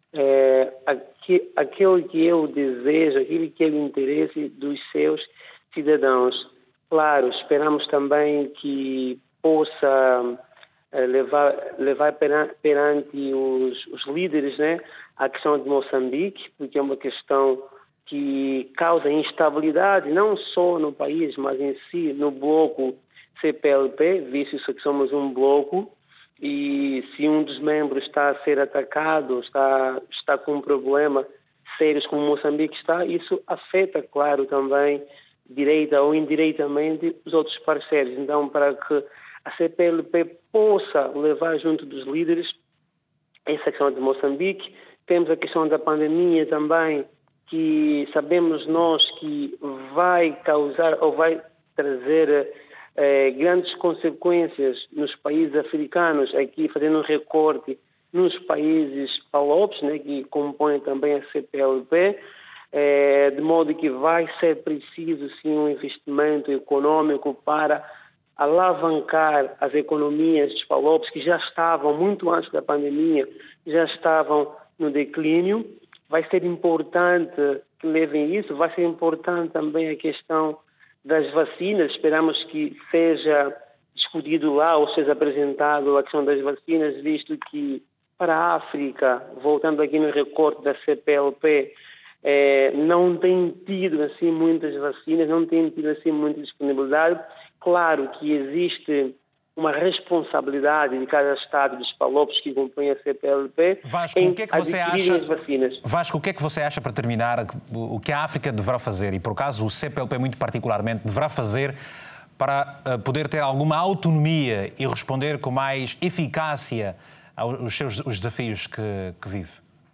O: aquilo que é o desejo, aquilo que é o interesse dos seus cidadãos. Claro, esperamos também que possa levar perante os líderes, né, a questão de Moçambique, porque é uma questão que causa instabilidade, não só no país, mas em si, no bloco CPLP, visto que somos um bloco, e se um dos membros está a ser atacado, está com um problema sérios como Moçambique está, isso afeta, claro, também, direita ou indiretamente, os outros parceiros. Então, para que a CPLP possa levar junto dos líderes essa questão de Moçambique, temos a questão da pandemia também, que sabemos nós que vai causar ou vai trazer grandes consequências nos países africanos, aqui fazendo um recorte nos países PALOPs, né, que compõem também a CPLP, de modo que vai ser preciso sim um investimento econômico para alavancar as economias dos PALOPs, que já estavam, muito antes da pandemia, já estavam no declínio. Vai ser importante que levem isso, vai ser importante também a questão das vacinas. Esperamos que seja discutido lá ou seja apresentado a questão das vacinas, visto que para a África, voltando aqui no recorte da CPLP, não tem tido assim muitas vacinas, não tem tido assim muita disponibilidade. Claro que existe uma responsabilidade de cada Estado dos PALOPs que compõem a CPLP
A: Vasco,
O: em
A: o que é que você acha,
O: as vacinas.
A: Vasco, o que é que você acha, para terminar, o que a África deverá fazer, e por acaso o CPLP muito particularmente, deverá fazer para poder ter alguma autonomia e responder com mais eficácia os desafios que vive?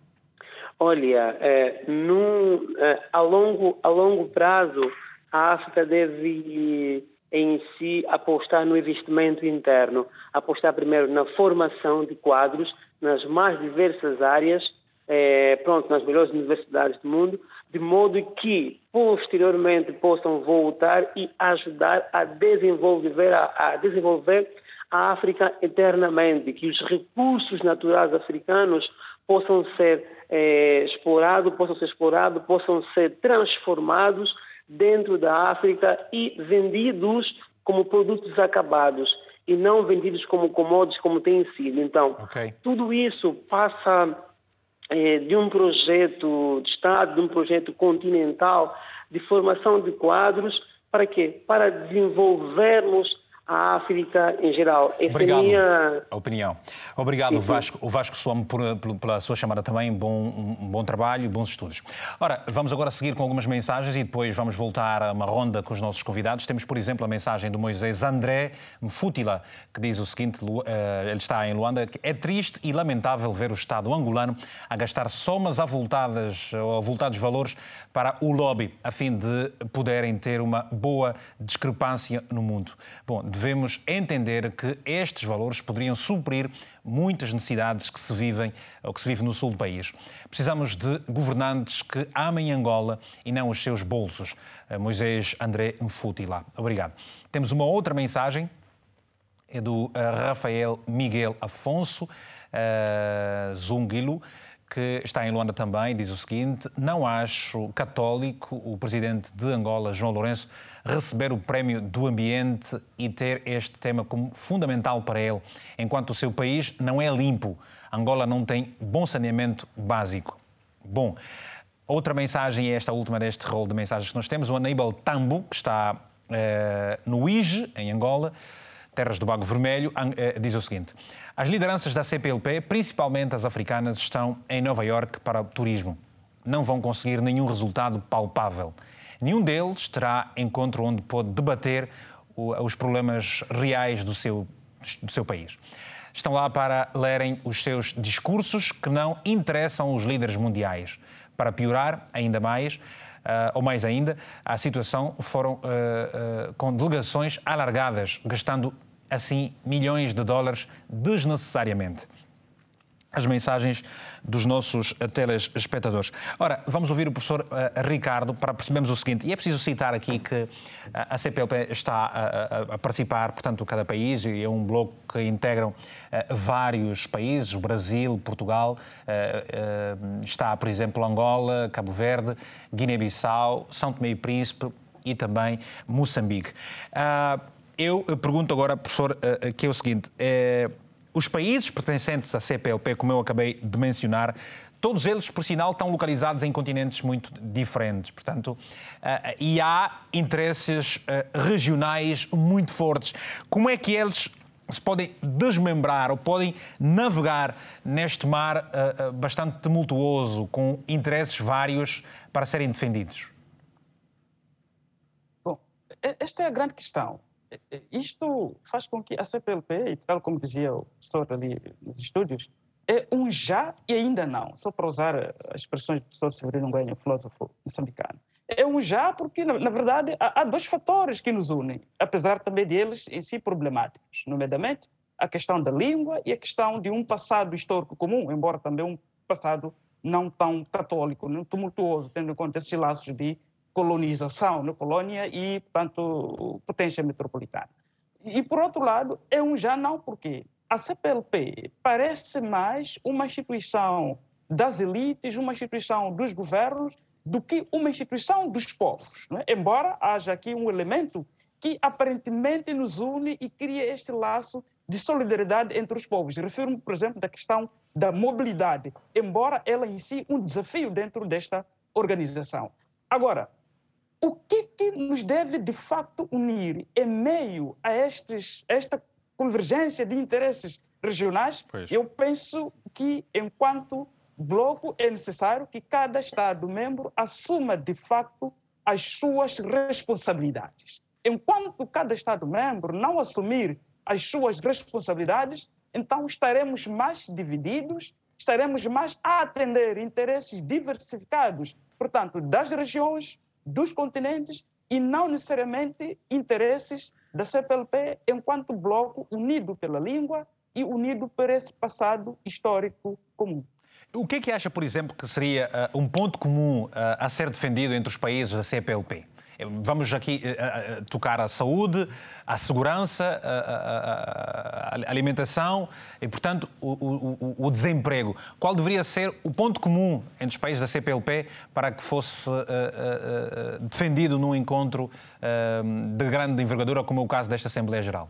O: Olha, a longo prazo, a África deve em si apostar no investimento interno, apostar primeiro na formação de quadros nas mais diversas áreas, nas melhores universidades do mundo, de modo que posteriormente possam voltar e ajudar a desenvolver a África eternamente, que os recursos naturais africanos possam ser explorados, possam ser transformados dentro da África e vendidos como produtos acabados e não vendidos como commodities como tem sido. Então, tudo isso passa de um projeto de Estado, de um projeto continental de formação de quadros. Para quê? Para desenvolvermos a África em geral.
A: Obrigado. A opinião. Obrigado, Vasco. O Vasco Suome pela sua chamada também. Um bom trabalho e bons estudos. Ora, vamos agora seguir com algumas mensagens e depois vamos voltar a uma ronda com os nossos convidados. Temos, por exemplo, a mensagem do Moisés André Mfutila, que diz o seguinte, ele está em Luanda: que é triste e lamentável ver o Estado angolano a gastar somas avultados valores para o lobby, a fim de poderem ter uma boa discrepância no mundo. Bom, devemos entender que estes valores poderiam suprir muitas necessidades que se vive no sul do país. Precisamos de governantes que amem Angola e não os seus bolsos. Moisés André Mfutila. Obrigado. Temos uma outra mensagem, é do Rafael Miguel Afonso Zunguilo, que está em Luanda também, diz o seguinte: não acho católico o presidente de Angola, João Lourenço, receber o prémio do ambiente e ter este tema como fundamental para ele, enquanto o seu país não é limpo. Angola não tem bom saneamento básico. Bom, outra mensagem, é esta última deste rol de mensagens que nós temos, o Aníbal Tambo, que está no Uíge, em Angola, terras do Bago Vermelho, diz o seguinte: as lideranças da CPLP, principalmente as africanas, estão em Nova Iorque para o turismo. Não vão conseguir nenhum resultado palpável. Nenhum deles terá encontro onde pode debater os problemas reais do seu país. Estão lá para lerem os seus discursos que não interessam os líderes mundiais. Para piorar ainda mais, ou mais ainda, a situação foram com delegações alargadas, gastando assim milhões de dólares desnecessariamente. As mensagens dos nossos telespectadores. Ora, vamos ouvir o professor Ricardo para percebermos o seguinte, e é preciso citar aqui que a CPLP está a participar, portanto, cada país, e é um bloco que integram vários países, o Brasil, Portugal, está, por exemplo, Angola, Cabo Verde, Guiné-Bissau, São Tomé e Príncipe e também Moçambique. Eu pergunto agora, professor, que é o seguinte... Os países pertencentes à CPLP, como eu acabei de mencionar, todos eles, por sinal, estão localizados em continentes muito diferentes. Portanto, e há interesses regionais muito fortes. Como é que eles se podem desmembrar ou podem navegar neste mar bastante tumultuoso, com interesses vários para serem defendidos?
K: Bom, esta é a grande questão. Isto faz com que a CPLP, e tal como dizia o professor ali nos estúdios, é um já e ainda não, só para usar as expressões do professor Severino Nguyen, filósofo moçambicano. É um já porque, na verdade, há dois fatores que nos unem, apesar também de eles em si problemáticos, nomeadamente a questão da língua e a questão de um passado histórico comum, embora também um passado não tão católico, não tumultuoso, tendo em conta esses laços de colonização na colônia e, portanto, potência metropolitana. E, por outro lado, é um já não, porque a CPLP parece mais uma instituição das elites, uma instituição dos governos, do que uma instituição dos povos, não é? Embora haja aqui um elemento que aparentemente nos une e cria este laço de solidariedade entre os povos. Refiro-me, por exemplo, da questão da mobilidade, embora ela em si um desafio dentro desta organização. Agora, o que nos deve, de facto, unir em meio a esta convergência de interesses regionais? Pois. Eu penso que, enquanto bloco, é necessário que cada Estado-membro assuma, de facto, as suas responsabilidades. Enquanto cada Estado-membro não assumir as suas responsabilidades, então estaremos mais divididos, estaremos mais a atender interesses diversificados, portanto, das regiões, dos continentes e não necessariamente interesses da CPLP enquanto bloco unido pela língua e unido por esse passado histórico comum.
A: O que é que acha, por exemplo, que seria um ponto comum a ser defendido entre os países da CPLP? Vamos aqui tocar a saúde, a segurança, a alimentação e, portanto, o desemprego. Qual deveria ser o ponto comum entre os países da CPLP para que fosse defendido num encontro de grande envergadura, como é o caso desta Assembleia Geral?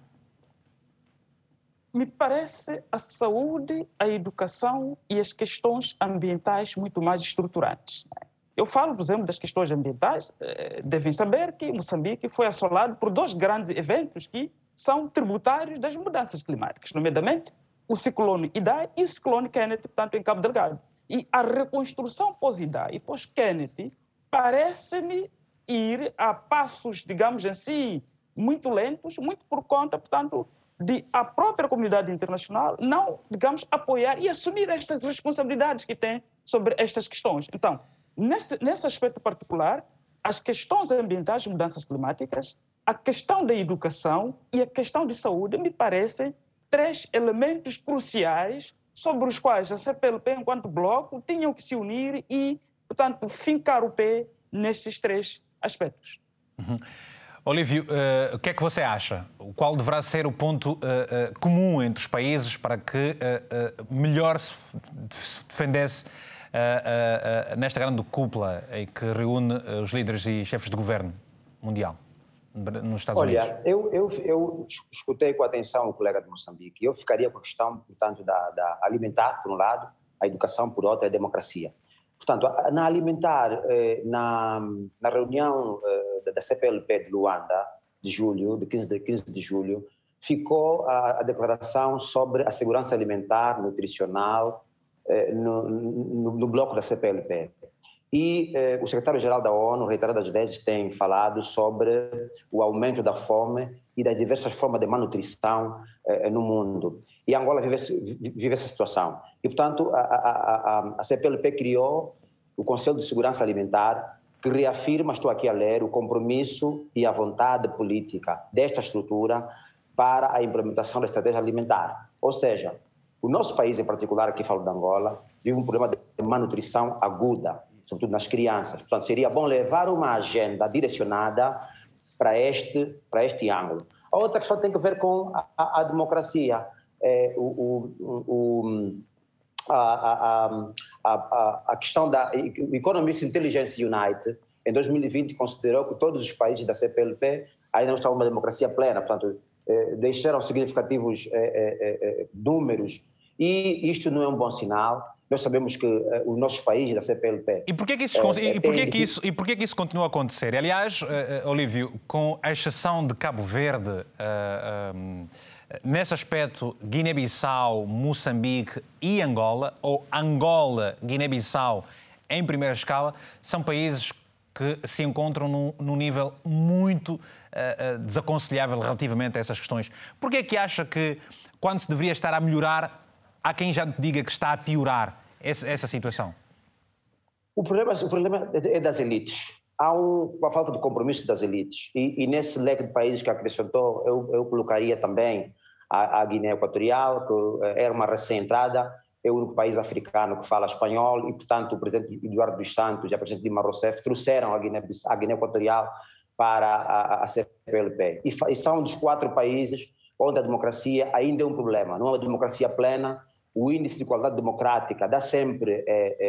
K: Me parece a saúde, a educação e as questões ambientais muito mais estruturantes. Eu falo, por exemplo, das questões ambientais. Devem saber que Moçambique foi assolado por dois grandes eventos que são tributários das mudanças climáticas, nomeadamente o ciclone Idai e o ciclone Kenneth, portanto, em Cabo Delgado. E a reconstrução pós-Idai e pós-Kenneth parece-me ir a passos, digamos assim, muito lentos, muito por conta, portanto, de a própria comunidade internacional não, digamos, apoiar e assumir estas responsabilidades que tem sobre estas questões. Então, nesse aspecto particular, as questões ambientais, mudanças climáticas, a questão da educação e a questão de saúde me parecem três elementos cruciais sobre os quais a CPLP, enquanto bloco, tinham que se unir e, portanto, fincar o pé nesses três aspectos.
A: Uhum. Olívio, o que é que você acha? Qual deverá ser o ponto comum entre os países para que melhor se defendesse nesta grande cúpula em que reúne os líderes e chefes de governo mundial nos Estados Unidos?
L: Olha, eu escutei com atenção o colega de Moçambique. Eu ficaria com a questão, portanto, da alimentar, por um lado, a educação, por outro, a democracia. Portanto, na alimentar, na reunião da CPLP de Luanda, de julho, de 15 de julho, ficou a declaração sobre a segurança alimentar, nutricional, no bloco da CPLP. E o secretário-geral da ONU, reiteradas vezes, tem falado sobre o aumento da fome e das diversas formas de malnutrição no mundo. E Angola vive essa situação. E, portanto, a CPLP criou o Conselho de Segurança Alimentar que reafirma, estou aqui a ler, o compromisso e a vontade política desta estrutura para a implementação da estratégia alimentar. Ou seja, o nosso país, em particular, aqui falo de Angola, vive um problema de malnutrição aguda, sobretudo nas crianças. Portanto, seria bom levar uma agenda direcionada para este ângulo. A outra questão tem a ver com a democracia. A questão da Economist Intelligence Unit, em 2020, considerou que todos os países da CPLP ainda não estavam numa democracia plena, portanto, deixaram significativos números, e isto não é um bom sinal. Nós sabemos que os nossos países da CPLP...
A: E porquê que isso continua a acontecer? Aliás, Olívio, com a exceção de Cabo Verde, nesse aspecto, Guiné-Bissau, Moçambique e Angola, ou Angola, Guiné-Bissau em primeira escala, são países que se encontram num nível muito desaconselhável relativamente a essas questões. Porquê é que acha que, quando se deveria estar a melhorar, há quem já diga que está a piorar essa situação?
L: O problema é das elites. Há uma falta de compromisso das elites. E nesse leque de países que acrescentou, eu colocaria também a Guiné Equatorial, que era uma recém-entrada, é o único país africano que fala espanhol e, portanto, o presidente Eduardo dos Santos e a presidente Dilma Rousseff trouxeram a Guiné Equatorial para a CPLP. E são um dos 4 países onde a democracia ainda é um problema. Não é uma democracia plena, o índice de qualidade democrática dá sempre,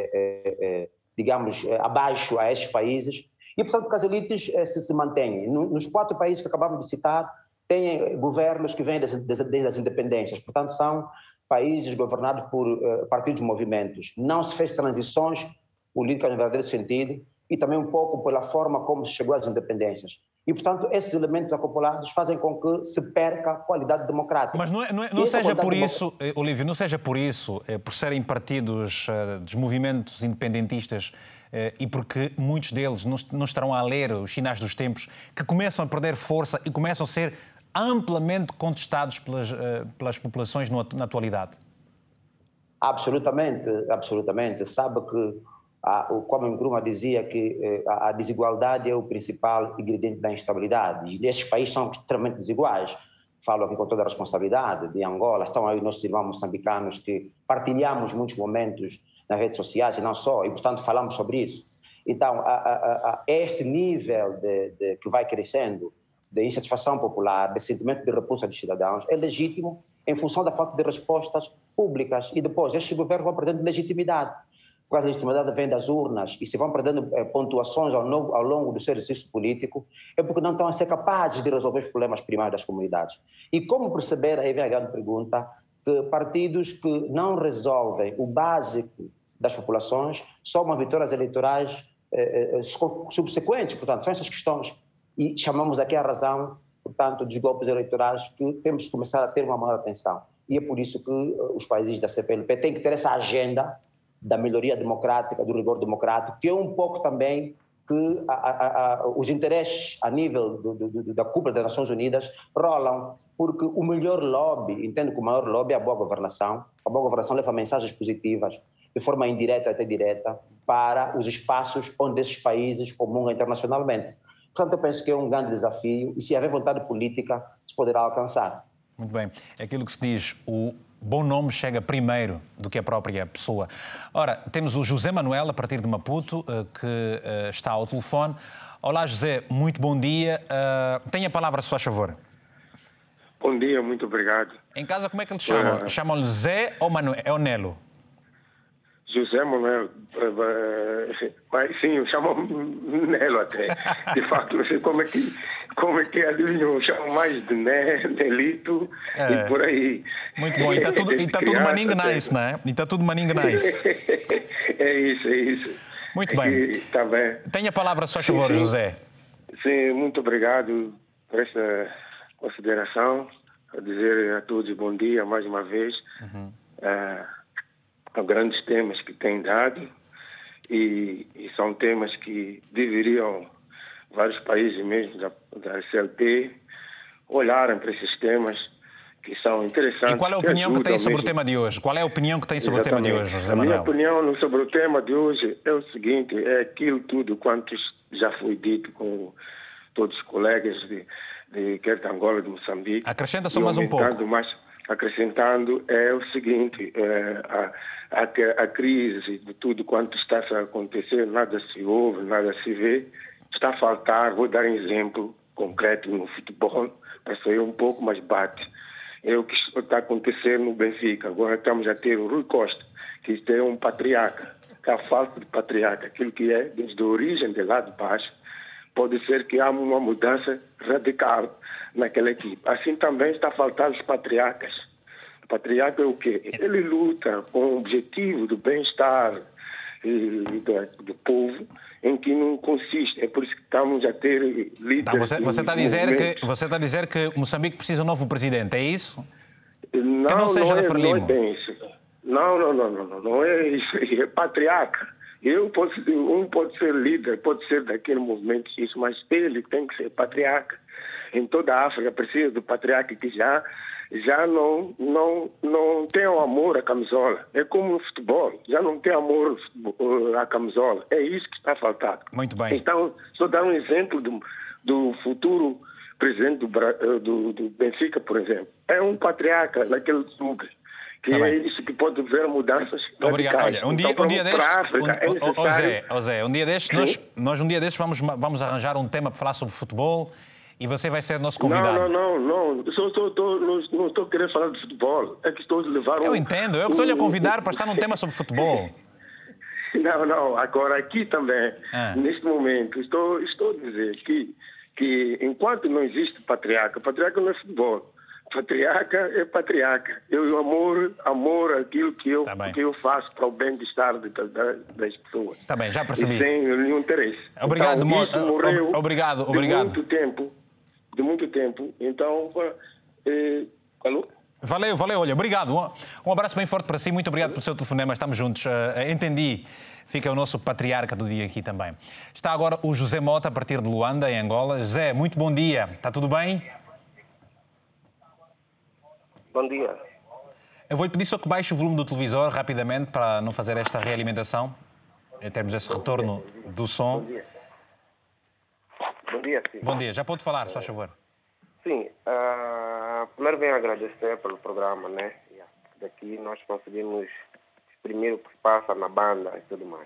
L: digamos, abaixo a estes países. E, portanto, as elites se mantêm. Nos 4 países que acabamos de citar, têm governos que vêm desde as independências. Portanto, são países governados por partidos e movimentos. Não se fez transições políticas no verdadeiro sentido e também um pouco pela forma como se chegou às independências. E, portanto, esses elementos acoplados fazem com que se perca a qualidade democrática.
A: Mas não seja por isso, Olívio, não seja por isso, por serem partidos dos movimentos independentistas e porque muitos deles não estarão a ler os sinais dos tempos, que começam a perder força e começam a ser amplamente contestados pelas populações na atualidade?
L: Absolutamente, absolutamente. Sabe que o Kwame Nkrumah dizia que a desigualdade é o principal ingrediente da instabilidade. E estes países são extremamente desiguais. Falo aqui com toda a responsabilidade de Angola. Estão aí nossos irmãos moçambicanos que partilhamos muitos momentos nas redes sociais e não só, e portanto falamos sobre isso. Então, este nível que vai crescendo de insatisfação popular, de sentimento de repulsa dos cidadãos, é legítimo em função da falta de respostas públicas. E depois, estes governos vão perdendo legitimidade. Porque a legitimidade vem das urnas e se vão perdendo pontuações ao longo do seu exercício político, é porque não estão a ser capazes de resolver os problemas primários das comunidades. E como perceber, aí vem a grande pergunta, que partidos que não resolvem o básico das populações somam vitórias eleitorais subsequentes. Portanto, são essas questões. E chamamos aqui a razão, portanto, dos golpes eleitorais, que temos que começar a ter uma maior atenção. E é por isso que os países da CPLP têm que ter essa agenda da melhoria democrática, do rigor democrático, que é um pouco também que os interesses a nível da cúpula das Nações Unidas rolam, porque o melhor lobby, entendo que o maior lobby é a boa governação. A boa governação leva mensagens positivas, de forma indireta até direta, para os espaços onde esses países comungam internacionalmente. Portanto, eu penso que é um grande desafio e, se haver vontade política, se poderá alcançar.
A: Muito bem. É aquilo que se diz, o bom nome chega primeiro do que a própria pessoa. Ora, temos o José Manuel, a partir de Maputo, que está ao telefone. Olá, José, muito bom dia. Tenha a palavra, se faz favor.
P: Bom dia, muito obrigado.
A: Em casa, como é que ele chama? Chamam-lhe Zé ou Manuel? É o Nelo?
P: José Manuel, mas sim, eu chamo Nelo até. De facto, não sei como é que adivinham, chamam mais de Nelito e por aí.
A: Muito bom, e está tudo Maningue Nice, não é? E está tudo Maningue Nice.
P: É isso.
A: Muito bem.
P: Está bem.
A: Tenha a palavra, se faz favor, José.
P: Sim, muito obrigado por esta consideração. A dizer a todos bom dia mais uma vez. Há grandes temas que têm dado e são temas que deveriam vários países mesmo da CLP olharem para esses temas que são interessantes.
A: E qual é a opinião que tem sobre o tema de hoje? Qual é a opinião que tem sobre o tema de hoje, José Manuel?
P: A minha opinião sobre o tema de hoje é o seguinte, é aquilo tudo quanto já foi dito com todos os colegas quer de Angola, de Moçambique.
A: Acrescenta só mais um pouco.
P: Acrescentando é o seguinte, a crise de tudo quanto está a acontecer, nada se ouve, nada se vê, está a faltar, vou dar um exemplo concreto no futebol, para sair um pouco, mas bate. É o que está a acontecer no Benfica. Agora estamos a ter o Rui Costa, que é um patriarca, que a falta de patriarca, aquilo que é desde a origem de lá de baixo, pode ser que há uma mudança radical naquela equipe. Assim também está a faltar os patriarcas. O patriarca é o quê? Ele luta com o objetivo do bem-estar do povo, em que não consiste. É por isso que estamos a ter líderes...
A: Você está a dizer que Moçambique precisa de um novo presidente, é isso?
P: Não,
A: que não seja da Frelimo.
P: Não é bem isso. Não é isso. É patriarca. Um pode ser líder, pode ser daquele movimento, isso, mas ele tem que ser patriarca. Em toda a África precisa do patriarca que já não tem o amor à camisola. É como no futebol, já não tem amor à camisola. É isso que está faltando.
A: Muito bem.
P: Então, só dar um exemplo do futuro presidente do Benfica, por exemplo. É um patriarca daquele clube. Que é isso que pode ver mudanças.
A: Obrigado. Olha, um dia destes, nós um dia destes vamos arranjar um tema para falar sobre futebol e você vai ser nosso convidado.
P: Não. Não estou querendo falar de futebol. É que estou a levar
A: Eu entendo. Eu que estou-lhe a convidar para estar num tema sobre futebol.
P: Não. Agora, aqui também, neste momento, estou a dizer que enquanto não existe patriarca não é futebol. Patriarca é patriarca. Eu amor aquilo que eu faço para o bem-estar das pessoas.
A: Está bem, já percebi.
P: Sem nenhum interesse.
A: Obrigado,
P: então, isso morreu
A: obrigado.
P: De muito tempo. Então, alô?
A: Valeu. Olha, obrigado. Um abraço bem forte para si. Muito obrigado pelo seu telefonema. Estamos juntos. Entendi. Fica o nosso patriarca do dia aqui também. Está agora o José Mota, a partir de Luanda, em Angola. José, muito bom dia. Está tudo bem?
Q: Bom dia.
A: Eu vou-lhe pedir só que baixe o volume do televisor rapidamente para não fazer esta realimentação, em termos desse retorno do som.
Q: Bom dia. Bom dia, sim.
A: Bom dia. Já pode falar, se faz favor.
Q: Sim. Primeiro venho agradecer pelo programa, né? Daqui nós conseguimos exprimir o que se passa na banda e tudo mais.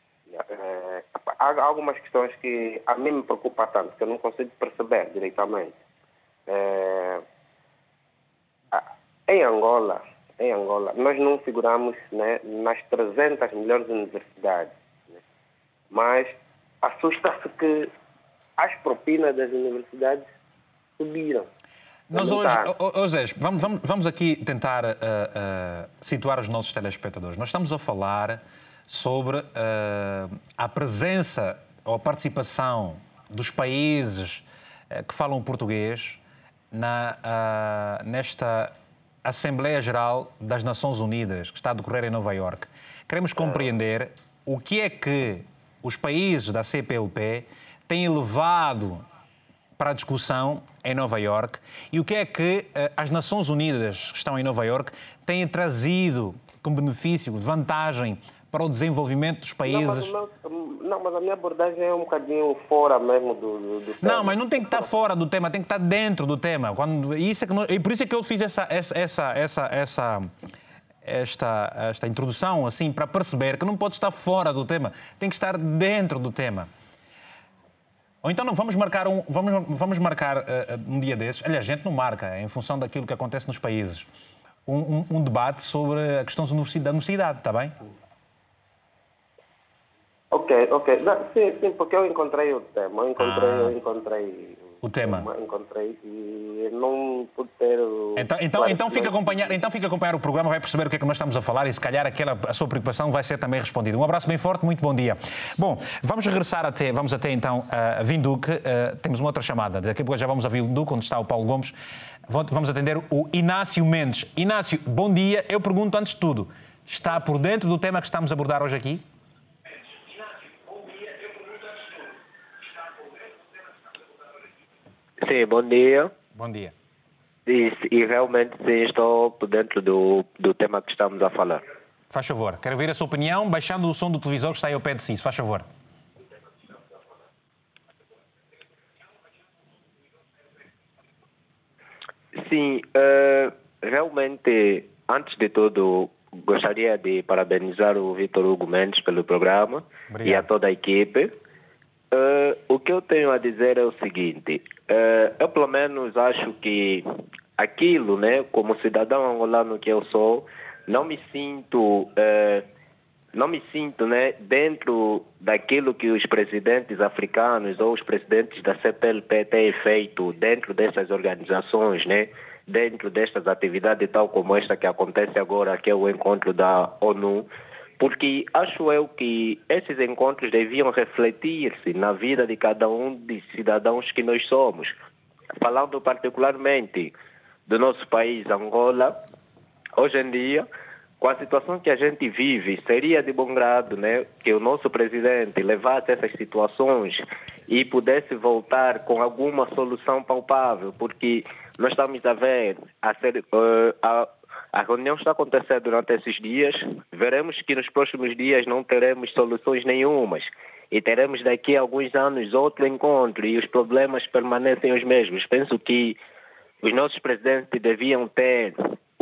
Q: Há algumas questões que a mim me preocupam tanto, que eu não consigo perceber diretamente. Em Angola, nós não figuramos, né, nas 300 melhores universidades, né? Mas assusta-se que as propinas das universidades subiram.
A: Nós hoje, vamos aqui tentar situar os nossos telespectadores. Nós estamos a falar sobre a presença ou a participação dos países que falam português nesta Assembleia Geral das Nações Unidas, que está a decorrer em Nova Iorque. Queremos compreender o que é que os países da CPLP têm levado para a discussão em Nova Iorque e o que é que as Nações Unidas que estão em Nova Iorque têm trazido como benefício, vantagem para o desenvolvimento dos países.
Q: Mas a minha abordagem é um bocadinho fora mesmo do tema.
A: Não, mas não tem que estar fora do tema, tem que estar dentro do tema. E por isso é que eu fiz esta introdução, assim, para perceber que não pode estar fora do tema, tem que estar dentro do tema. Ou então não, vamos marcar um dia desses. Aliás, a gente não marca, em função daquilo que acontece nos países, um debate sobre a questão da universidade, está bem?
Q: Ok. Sim, porque eu encontrei o tema. Eu encontrei
A: o tema.
Q: Encontrei e não pude ter o...
A: Então fica a acompanhar o programa, vai perceber o que é que nós estamos a falar e se calhar a sua preocupação vai ser também respondida. Um abraço bem forte, muito bom dia. Bom, vamos até então a Vinduque. Temos uma outra chamada. Daqui a pouco já vamos a Vinduque, onde está o Paulo Gomes. Vamos atender o Inácio Mendes. Inácio, bom dia. Eu pergunto antes de tudo, está por dentro do tema que estamos a abordar hoje aqui?
R: Sim, bom dia.
A: Bom dia.
R: E realmente sim, estou por dentro do tema que estamos a falar.
A: Faz favor, quero ver a sua opinião, baixando o som do televisor que está aí ao pé de si, faz favor.
R: assim, realmente, antes de tudo, gostaria de parabenizar o Vítor Hugo Mendes pelo programa. Obrigado. E a toda a equipe. O que eu tenho a dizer é o seguinte, eu pelo menos acho que aquilo, né, como cidadão angolano que eu sou, não me sinto, né, dentro daquilo que os presidentes africanos ou os presidentes da CPLP têm feito dentro dessas organizações, né, dentro destas atividades tal como esta que acontece agora, que é o encontro da ONU, porque acho eu que esses encontros deviam refletir-se na vida de cada um dos cidadãos que nós somos. Falando particularmente do nosso país, Angola, hoje em dia, com a situação que a gente vive, seria de bom grado, né, que o nosso presidente levasse essas situações e pudesse voltar com alguma solução palpável, porque nós estamos a ver a reunião está acontecendo durante esses dias, veremos que nos próximos dias não teremos soluções nenhumas e teremos daqui a alguns anos outro encontro e os problemas permanecem os mesmos. Penso que os nossos presidentes deviam ter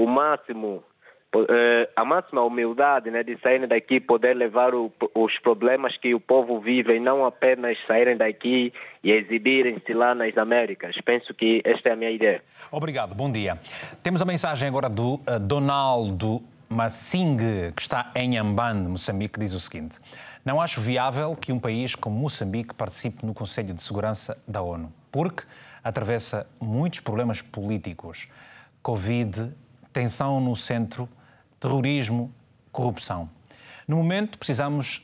R: a máxima humildade, né, de saírem daqui e poder levar os problemas que o povo vive e não apenas saírem daqui e exibirem-se lá nas Américas. Penso que esta é a minha ideia.
A: Obrigado, bom dia. Temos a mensagem agora do Donaldo Massing, que está em Ambane, Moçambique, que diz o seguinte: não acho viável que um país como Moçambique participe no Conselho de Segurança da ONU, porque atravessa muitos problemas políticos, Covid, tensão no centro, terrorismo, corrupção. No momento, precisamos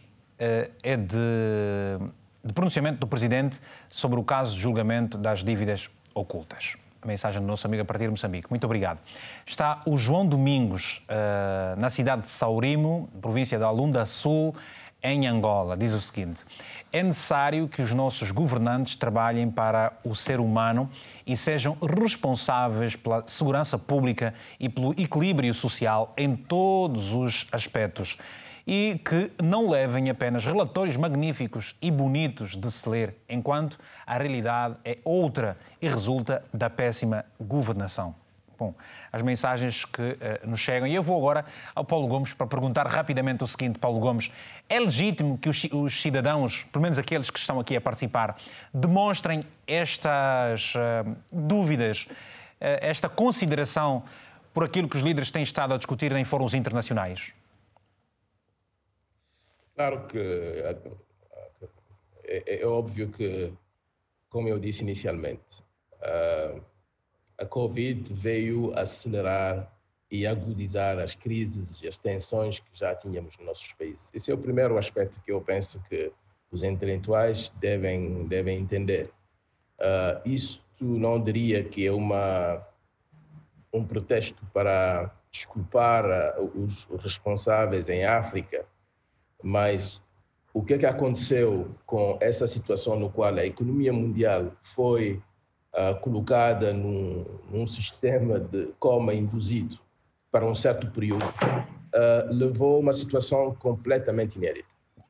A: de pronunciamento do Presidente sobre o caso de julgamento das dívidas ocultas. A mensagem do nosso amigo a partir de Moçambique. Muito obrigado. Está o João Domingos, na cidade de Saurimo, província da Lunda Sul, em Angola. Diz o seguinte: é necessário que os nossos governantes trabalhem para o ser humano e sejam responsáveis pela segurança pública e pelo equilíbrio social em todos os aspectos e que não levem apenas relatórios magníficos e bonitos de se ler, enquanto a realidade é outra e resulta da péssima governação. Bom, as mensagens que nos chegam. E eu vou agora ao Paulo Gomes para perguntar rapidamente o seguinte. Paulo Gomes, é legítimo que os cidadãos, pelo menos aqueles que estão aqui a participar, demonstrem estas dúvidas, esta consideração por aquilo que os líderes têm estado a discutir em fóruns internacionais?
J: Claro que é óbvio que, como eu disse inicialmente, a Covid veio acelerar e agudizar as crises e as tensões que já tínhamos nos nossos países. Esse é o primeiro aspecto que eu penso que os intelectuais devem entender. Isto não diria que é um pretexto para desculpar os responsáveis em África, mas o que aconteceu com essa situação no qual a economia mundial foi colocada num sistema de coma induzido para um certo período, levou a uma situação completamente inédita.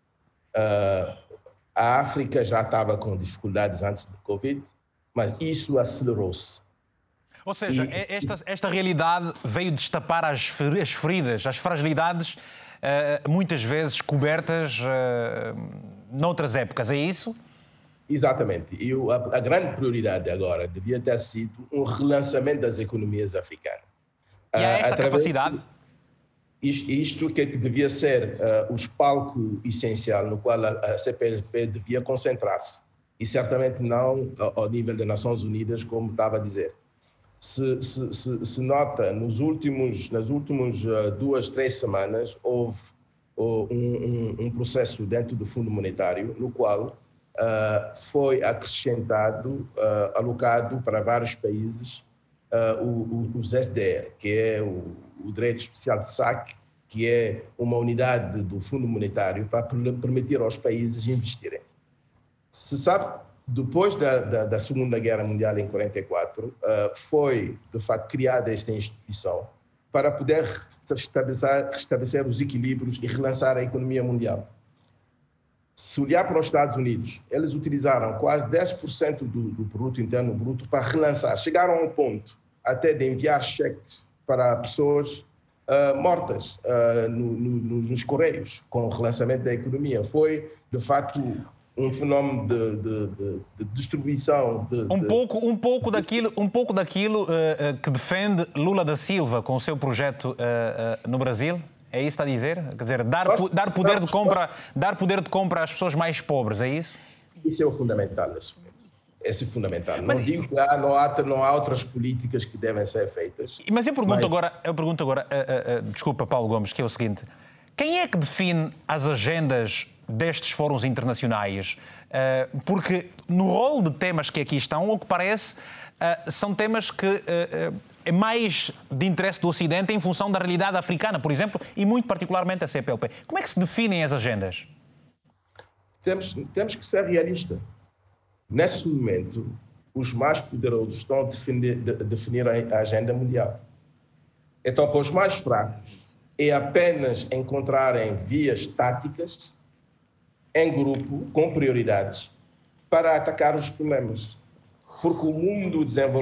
J: A África já estava com dificuldades antes do Covid, mas isso acelerou-se.
A: Ou seja, esta realidade veio destapar as feridas, as fragilidades, muitas vezes cobertas noutras épocas, é isso?
J: Exatamente. E a grande prioridade agora devia ter sido um relançamento das economias africanas.
A: E há esta capacidade?
J: Isto que devia ser o palco essencial no qual a CPLP devia concentrar-se. E certamente não ao nível das Nações Unidas, como estava a dizer. Se nota, nas últimas 2-3 semanas, houve um processo dentro do Fundo Monetário, no qual foi acrescentado, alocado para vários países, os SDR, que é o Direito Especial de Saque, que é uma unidade do Fundo Monetário para permitir aos países investirem. Se sabe, depois da Segunda Guerra Mundial, em 1944, foi, de facto, criada esta instituição para poder restabelecer os equilíbrios e relançar a economia mundial. Se olhar para os Estados Unidos, eles utilizaram quase 10% do produto interno bruto para relançar. Chegaram a um ponto, até de enviar cheques para pessoas mortas nos correios, com o relançamento da economia. Foi, de facto, um fenómeno de distribuição.
A: Um pouco daquilo que defende Lula da Silva com o seu projeto no Brasil? É isso que está a dizer? Quer dizer, dar poder de compra às pessoas mais pobres, é isso?
J: Isso é o fundamental nesse momento. Esse é fundamental. Não digo que não há outras políticas que devem ser feitas.
A: Mas eu pergunto agora, desculpa, Paulo Gomes, que é o seguinte: quem é que define as agendas destes fóruns internacionais? Porque no rol de temas que aqui estão, o que parece, são temas que é mais de interesse do Ocidente em função da realidade africana, por exemplo, e muito particularmente a CPLP. Como é que se definem as agendas?
J: Temos que ser realistas. Nesse momento, os mais poderosos estão a definir a agenda mundial. Então, para os mais fracos, é apenas encontrarem vias táticas, em grupo, com prioridades, para atacar os problemas. Porque o mundo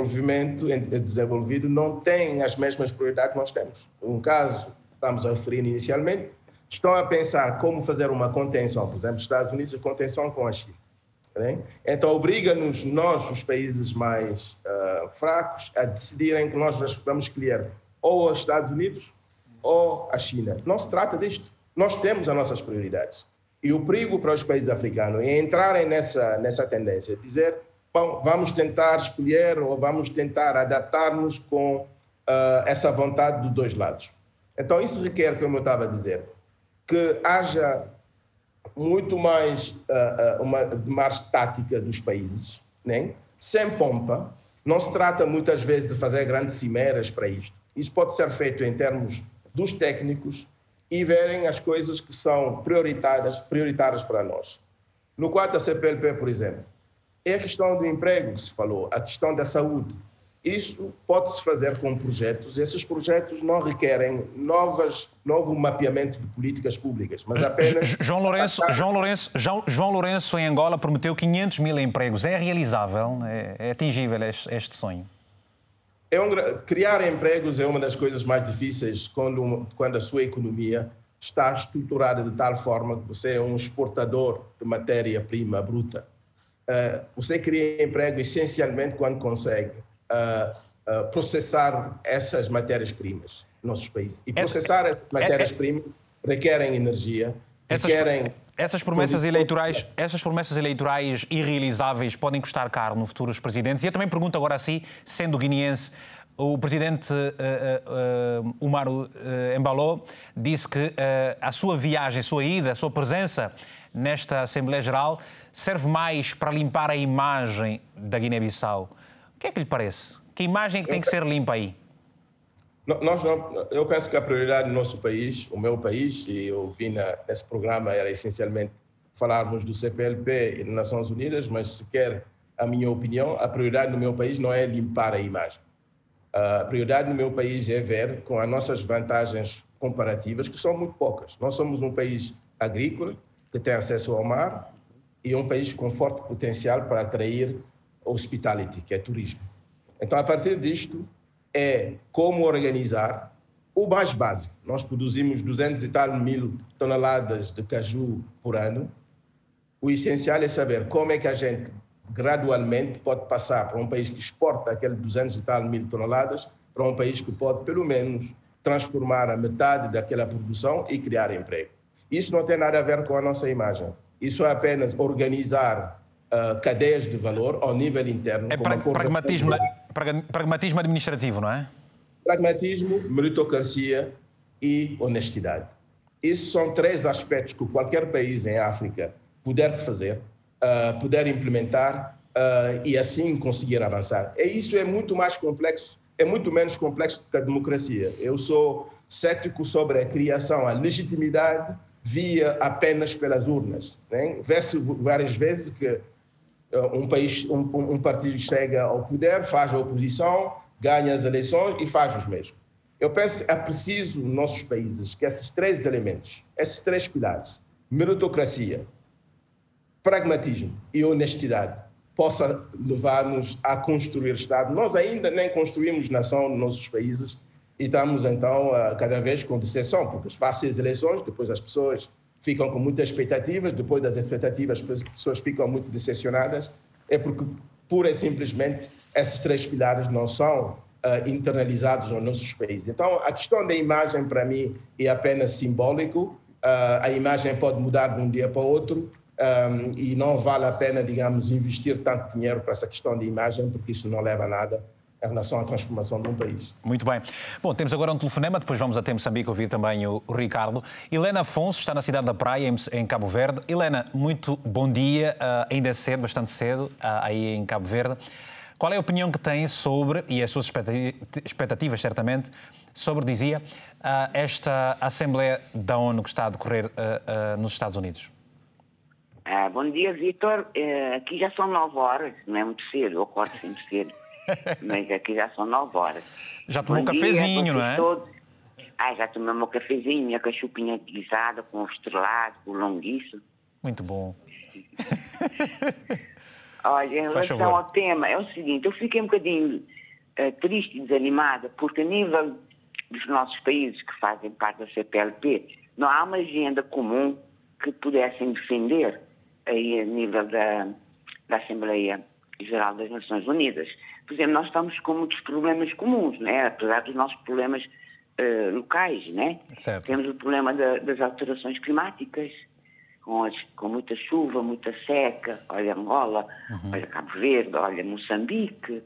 J: desenvolvido não tem as mesmas prioridades que nós temos. Um caso, estamos a referir inicialmente, estão a pensar como fazer uma contenção, por exemplo, Estados Unidos, a contenção com a China. Então, obriga-nos, nós, os países mais fracos, a decidirem que nós vamos escolher ou os Estados Unidos ou a China. Não se trata disto. Nós temos as nossas prioridades. E o perigo para os países africanos é entrarem nessa tendência, dizer, bom, vamos tentar escolher ou vamos tentar adaptar-nos com essa vontade dos dois lados. Então, isso requer, como eu estava a dizer, que haja muito mais uma tática dos países, né? Sem pompa. Não se trata muitas vezes de fazer grandes cimeras para isto. Isso pode ser feito em termos dos técnicos e verem as coisas que são prioritárias para nós. No quadro da CPLP, por exemplo, é a questão do emprego que se falou, a questão da saúde. Isso pode-se fazer com projetos. Esses projetos não requerem novo mapeamento de políticas públicas, mas apenas...
A: João Lourenço, em Angola, prometeu 500 mil empregos. É realizável? É atingível este sonho?
J: Criar empregos é uma das coisas mais difíceis quando a sua economia está estruturada de tal forma que você é um exportador de matéria-prima bruta. Você cria emprego essencialmente quando consegue processar essas matérias-primas nos nossos países. E processar essas matérias-primas requerem energia,
A: Essas promessas eleitorais irrealizáveis podem custar caro no futuro aos presidentes. E eu também pergunto agora a si, sendo guineense, o presidente Umaru Embalo disse que a sua viagem, a sua ida, a sua presença nesta Assembleia Geral serve mais para limpar a imagem da Guiné-Bissau. O que é que lhe parece? Que imagem é que tem que ser limpa aí?
J: Eu penso que a prioridade do nosso país, o meu país, e eu vi nesse programa, era essencialmente falarmos do CPLP e das Nações Unidas, mas se quer a minha opinião, a prioridade do meu país não é limpar a imagem. A prioridade do meu país é ver com as nossas vantagens comparativas, que são muito poucas. Nós somos um país agrícola, que tem acesso ao mar, e um país com forte potencial para atrair hospitality, que é turismo. Então, a partir disto, é como organizar o mais básico. Nós produzimos 200 e tal mil toneladas de caju por ano. O essencial é saber como é que a gente gradualmente pode passar para um país que exporta aqueles 200 e tal mil toneladas para um país que pode, pelo menos, transformar a metade daquela produção e criar emprego. Isso não tem nada a ver com a nossa imagem. Isso é apenas organizar cadeias de valor ao nível interno.
A: É pragmatismo administrativo, não é?
J: Pragmatismo, meritocracia e honestidade. Esses são três aspectos que qualquer país em África puder fazer, puder implementar e assim conseguir avançar. E isso é muito mais complexo, é muito menos complexo que a democracia. Eu sou cético sobre a criação, a legitimidade via apenas pelas urnas. Vê-se várias vezes que um partido chega ao poder, faz a oposição, ganha as eleições e faz os mesmos. Eu penso que é preciso, nos nossos países, que esses três elementos, esses três pilares, meritocracia, pragmatismo e honestidade, possa levar-nos a construir Estado. Nós ainda nem construímos nação nos nossos países e estamos, então, cada vez com decepção, porque fazem as eleições, depois as pessoas ficam com muitas expectativas, depois das expectativas as pessoas ficam muito decepcionadas, é porque, pura e simplesmente, esses 3 pilares não são internalizados nos nossos países. Então, a questão da imagem, para mim, é apenas simbólico. A imagem pode mudar de um dia para o outro e não vale a pena, digamos, investir tanto dinheiro para essa questão de imagem, porque isso não leva a nada em relação à transformação de um país.
A: Muito bem. Bom, temos agora um telefonema, depois vamos até Moçambique ouvir também o Ricardo. Helena Afonso está na cidade da Praia, em Cabo Verde. Helena, muito bom dia, ainda é cedo, bastante cedo, aí em Cabo Verde. Qual é a opinião que tem sobre, e as suas expectativas certamente, sobre, dizia, esta Assembleia da ONU que está a decorrer nos Estados Unidos?
S: Bom dia, Vítor. Aqui já são 9 horas, não é muito cedo, eu acordo sempre cedo, mas aqui já são 9 horas.
A: Já tomou um cafezinho, não é?
S: Todos. Já tomei o meu cafezinho, minha cachupinha guisada, com o estrelado, com o longuiço.
A: Muito bom.
S: Olha, em relação ao tema, é o seguinte, eu fiquei um bocadinho triste e desanimada, porque a nível dos nossos países que fazem parte da CPLP, não há uma agenda comum que pudessem defender aí a nível da Assembleia Geral das Nações Unidas. Por exemplo, nós estamos com muitos problemas comuns, né? Apesar dos nossos problemas locais, né?
A: Certo.
S: Temos o problema das alterações climáticas, com muita chuva, muita seca, olha Angola, olha Cabo Verde, olha Moçambique.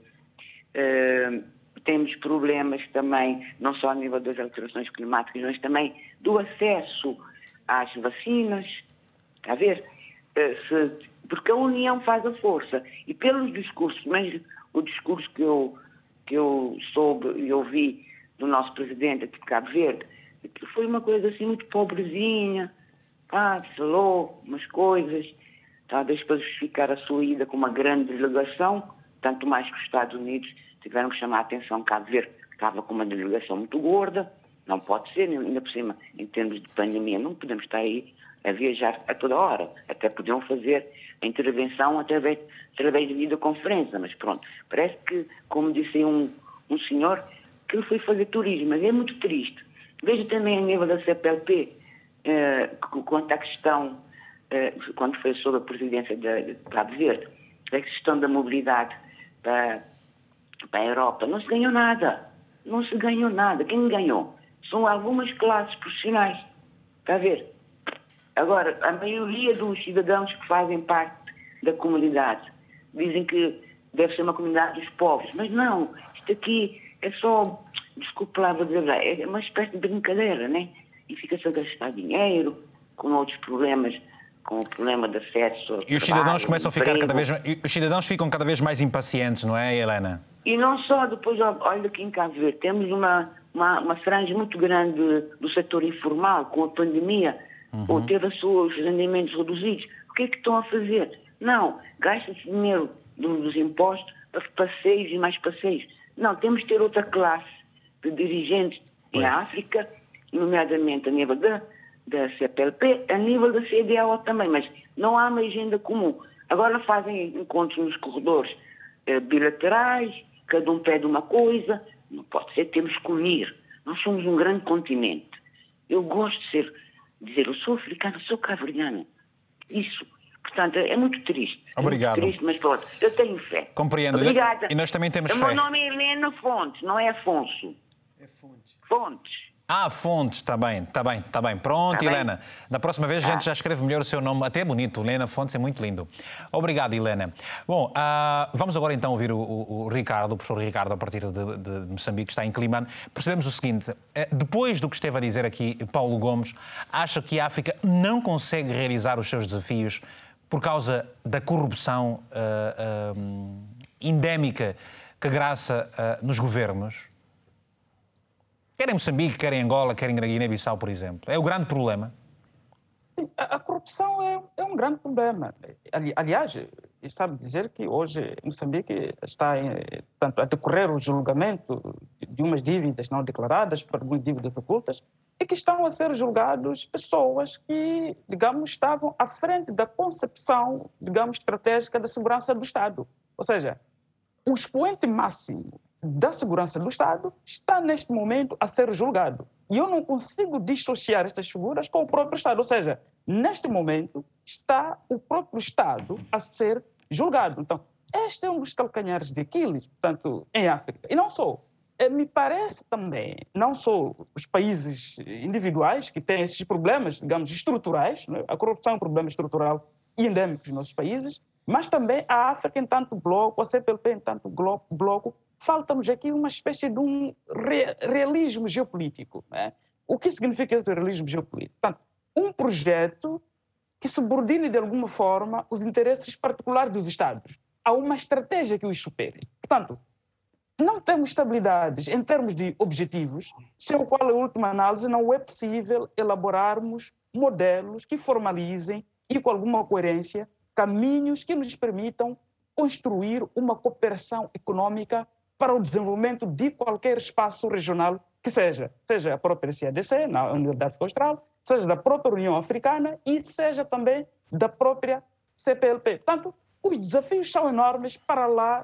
S: Temos problemas também, não só a nível das alterações climáticas, mas também do acesso às vacinas. Está a ver? Porque a união faz a força. E pelos discursos, mas o discurso que eu soube e ouvi do nosso presidente aqui de Cabo Verde, que foi uma coisa assim muito pobrezinha, falou umas coisas, talvez para justificar a sua ida com uma grande delegação, tanto mais que os Estados Unidos tiveram que chamar a atenção Cabo Verde, que estava com uma delegação muito gorda, não pode ser, ainda por cima, em termos de pandemia, não podemos estar aí a viajar a toda hora, até podiam fazer a intervenção através de videoconferência, mas pronto, parece que, como disse um senhor, que ele foi fazer turismo, mas é muito triste. Veja também a nível da CPLP, quanto à questão, quando foi sobre a presidência de Cabo Verde, a questão da mobilidade para a Europa, não se ganhou nada. Não se ganhou nada. Quem ganhou? São algumas classes profissionais. Está a ver? Agora, a maioria dos cidadãos que fazem parte da comunidade dizem que deve ser uma comunidade dos pobres. Mas não, isto aqui é só, desculpe lá, vou dizer, é uma espécie de brincadeira, né? E fica-se a gastar dinheiro com outros problemas, com o problema de acesso.
A: E os cidadãos começam a ficar os cidadãos ficam cada vez mais impacientes, não é, Helena?
S: E não só, depois, olha aqui em Cabo Verde, temos uma franja muito grande do setor informal, com a pandemia, ou teve os seus rendimentos reduzidos. O que é que estão a fazer? Não, gasta-se dinheiro dos impostos para passeios e mais passeios. Não, temos de ter outra classe de dirigentes em África, nomeadamente a nível da CPLP, a nível da CEDEAO também, mas não há uma agenda comum. Agora fazem encontros nos corredores bilaterais, cada um pede uma coisa, não pode ser, temos que unir. Nós somos um grande continente. Eu gosto de dizer, eu sou africana, sou cabo-verdiana. Isso. Portanto, é muito triste.
A: Obrigado.
S: É muito triste, mas pronto, eu tenho fé.
A: Compreendo.
S: Obrigada.
A: E nós também temos fé.
S: O meu nome é Helena Fontes, não é Afonso. É Fontes. Fontes.
A: Fontes, está bem. Pronto, Helena. Da próxima vez a gente já escreve melhor o seu nome, até é bonito. Helena Fontes é muito lindo. Obrigado, Helena. Bom, vamos agora então ouvir o Ricardo, o professor Ricardo, a partir de Moçambique, que está em Climane. Percebemos o seguinte, depois do que esteve a dizer aqui Paulo Gomes, acha que a África não consegue realizar os seus desafios por causa da corrupção endémica que graça nos governos? Quer em Moçambique, quer em Angola, quer em Guiné-Bissau, por exemplo. É o grande problema?
K: Sim, a corrupção é um grande problema. Aliás, e sabe dizer que hoje Moçambique está a decorrer o julgamento de umas dívidas não declaradas, por algumas dívidas ocultas, e que estão a ser julgados pessoas que, digamos, estavam à frente da concepção, digamos, estratégica da segurança do Estado. Ou seja, o expoente máximo da segurança do Estado está, neste momento, a ser julgado. E eu não consigo dissociar estas figuras com o próprio Estado. Ou seja, neste momento, está o próprio Estado a ser julgado. Então, este é um dos calcanhares de Aquiles, portanto, em África. E não só. Me parece também, não só os países individuais que têm esses problemas, digamos, estruturais, né? A corrupção é um problema estrutural e endêmico nos nossos países, mas também a África em tanto bloco, a CPLP em tanto bloco, falta-nos aqui uma espécie de um realismo geopolítico. Né? O que significa esse realismo geopolítico? Portanto, um projeto que subordine de alguma forma os interesses particulares dos Estados a uma estratégia que os supere. Portanto, não temos estabilidades em termos de objetivos, sem o qual, em última análise, não é possível elaborarmos modelos que formalizem e, com alguma coerência, caminhos que nos permitam construir uma cooperação econômica para o desenvolvimento de qualquer espaço regional que seja a própria CADC, na Unidade Austral, seja da própria União Africana e seja também da própria CPLP. Portanto, os desafios são enormes para lá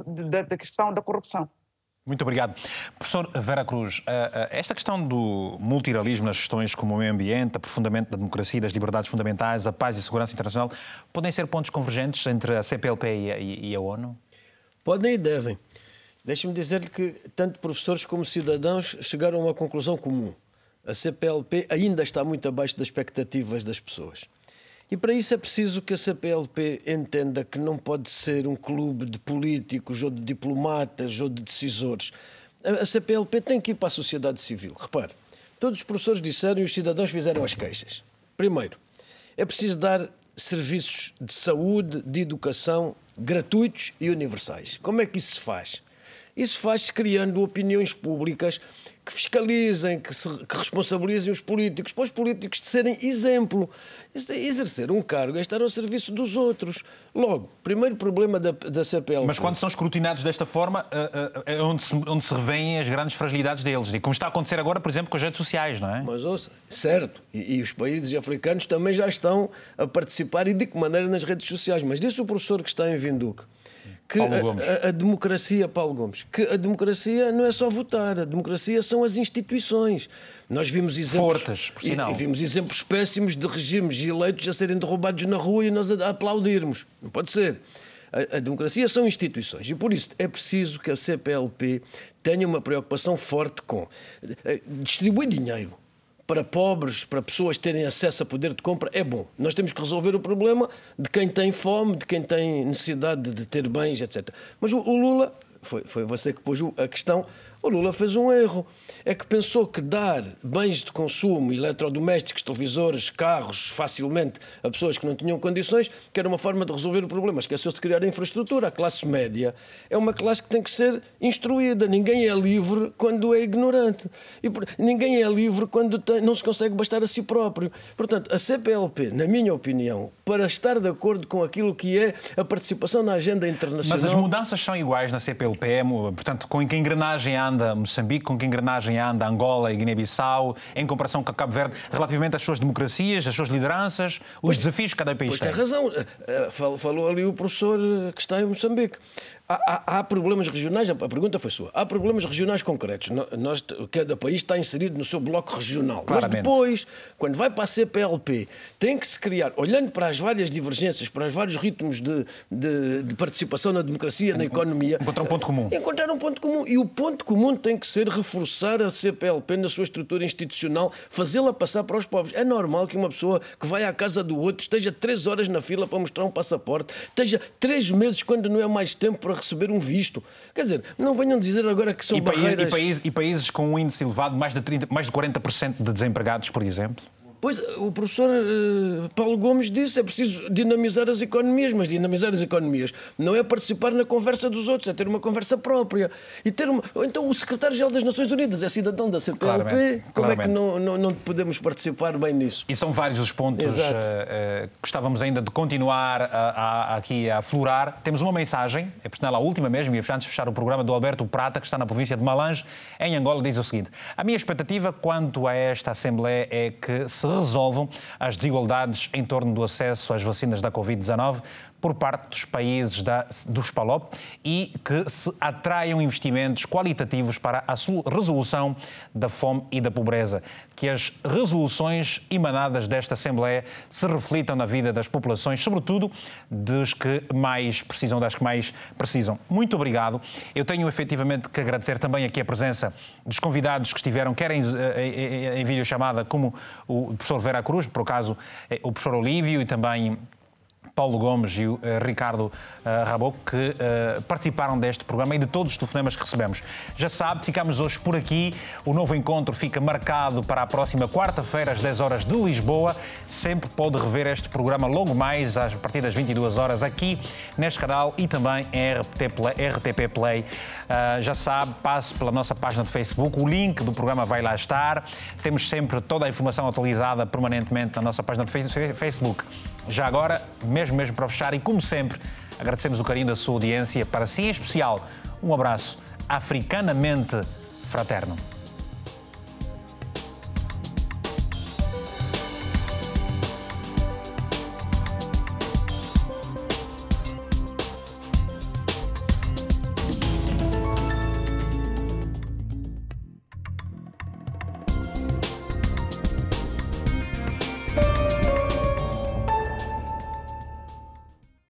K: da questão da corrupção.
A: Muito obrigado. Professor Vera Cruz, esta questão do multilateralismo nas questões como o meio ambiente, aprofundamento da democracia, das liberdades fundamentais, a paz e a segurança internacional, podem ser pontos convergentes entre a CPLP e a ONU?
I: Podem e devem. Deixe-me dizer-lhe que tanto professores como cidadãos chegaram a uma conclusão comum. A CPLP ainda está muito abaixo das expectativas das pessoas. E para isso é preciso que a CPLP entenda que não pode ser um clube de políticos ou de diplomatas ou de decisores. A CPLP tem que ir para a sociedade civil. Repare, todos os professores disseram e os cidadãos fizeram as queixas. Primeiro, é preciso dar serviços de saúde, de educação, gratuitos e universais. Como é que isso se faz? Isso faz-se criando opiniões públicas que fiscalizem, que responsabilizem os políticos, para os políticos de serem exemplo. Exercer um cargo é estar ao serviço dos outros. Logo, primeiro problema da CPLP.
A: Mas quando são escrutinados desta forma, é onde se revêem as grandes fragilidades deles. E como está a acontecer agora, por exemplo, com as redes sociais, não é?
I: Mas, ouça, certo, e os países africanos também já estão a participar, e de que maneira, nas redes sociais. Mas disse o professor que está em Vinduque, que a democracia, Paulo Gomes, que a democracia não é só votar, a democracia são as instituições. Nós vimos exemplos
A: fortes, por sinal.
I: E vimos exemplos péssimos de regimes eleitos a serem derrubados na rua e nós a aplaudirmos. Não pode ser. A democracia são instituições e por isso é preciso que a CPLP tenha uma preocupação forte com distribuir dinheiro para pobres, para pessoas terem acesso a poder de compra, é bom. Nós temos que resolver o problema de quem tem fome, de quem tem necessidade de ter bens, etc. Mas o Lula, foi você que pôs a questão, o Lula fez um erro. É que pensou que dar bens de consumo, eletrodomésticos, televisores, carros, facilmente a pessoas que não tinham condições, que era uma forma de resolver o problema. Esqueceu-se de criar a infraestrutura. A classe média é uma classe que tem que ser instruída. Ninguém é livre quando é ignorante. E ninguém é livre quando não se consegue bastar a si próprio. Portanto, a CPLP, na minha opinião, para estar de acordo com aquilo que é a participação na agenda internacional...
A: Mas as mudanças são iguais na CPLP, portanto, com que engrenagem anda Moçambique, com que engrenagem anda Angola e Guiné-Bissau, em comparação com Cabo Verde, relativamente às suas democracias, às suas lideranças, os desafios que cada país tem.
I: Tem razão. Falou ali o professor que está em Moçambique. Há problemas regionais, a pergunta foi sua. Há problemas regionais concretos. Cada país está inserido no seu bloco regional.
A: Claramente.
I: Mas depois, quando vai para a CPLP, tem que se criar, olhando para as várias divergências, para os vários ritmos de participação na democracia, na economia...
A: Encontrar um ponto comum.
I: Encontrar um ponto comum. E o ponto comum tem que ser reforçar a CPLP na sua estrutura institucional, fazê-la passar para os povos. É normal que uma pessoa que vai à casa do outro esteja 3 horas na fila para mostrar um passaporte, esteja 3 meses, quando não é mais tempo, para receber um visto. Quer dizer, não venham dizer agora que são barreiras...
A: E países com um índice elevado, mais de 40% de desempregados, por exemplo?
I: Pois, o professor Paulo Gomes disse, é preciso dinamizar as economias, mas dinamizar as economias não é participar na conversa dos outros, é ter uma conversa própria. E ter uma... Então o secretário-geral das Nações Unidas é cidadão da CPLP, como é que não podemos participar bem nisso?
A: E são vários os pontos que gostávamos ainda de continuar aqui a aflorar. Temos uma mensagem, é por sinal a última mesmo, e antes de fechar o programa, do Alberto Prata, que está na província de Malange, em Angola, diz o seguinte: a minha expectativa quanto a esta Assembleia é que se resolvam as desigualdades em torno do acesso às vacinas da Covid-19 por parte dos países dos PALOP e que se atraiam investimentos qualitativos para a resolução da fome e da pobreza. Que as resoluções emanadas desta Assembleia se reflitam na vida das populações, sobretudo das que mais precisam. Muito obrigado. Eu tenho efetivamente que agradecer também aqui a presença dos convidados que estiveram, quer em videochamada, como o professor Vera Cruz, por acaso o professor Olívio e também Paulo Gomes e o Ricardo Raboco, que participaram deste programa e de todos os telefonemas que recebemos. Já sabe, ficamos hoje por aqui. O novo encontro fica marcado para a próxima quarta-feira, às 10 horas de Lisboa. Sempre pode rever este programa logo mais, a partir das 22 horas, aqui neste canal e também em RTP Play. Já sabe, passe pela nossa página de Facebook. O link do programa vai lá estar. Temos sempre toda a informação atualizada permanentemente na nossa página de Facebook. Já agora, mesmo para fechar, e como sempre, agradecemos o carinho da sua audiência. Para si, em especial, um abraço africanamente fraterno.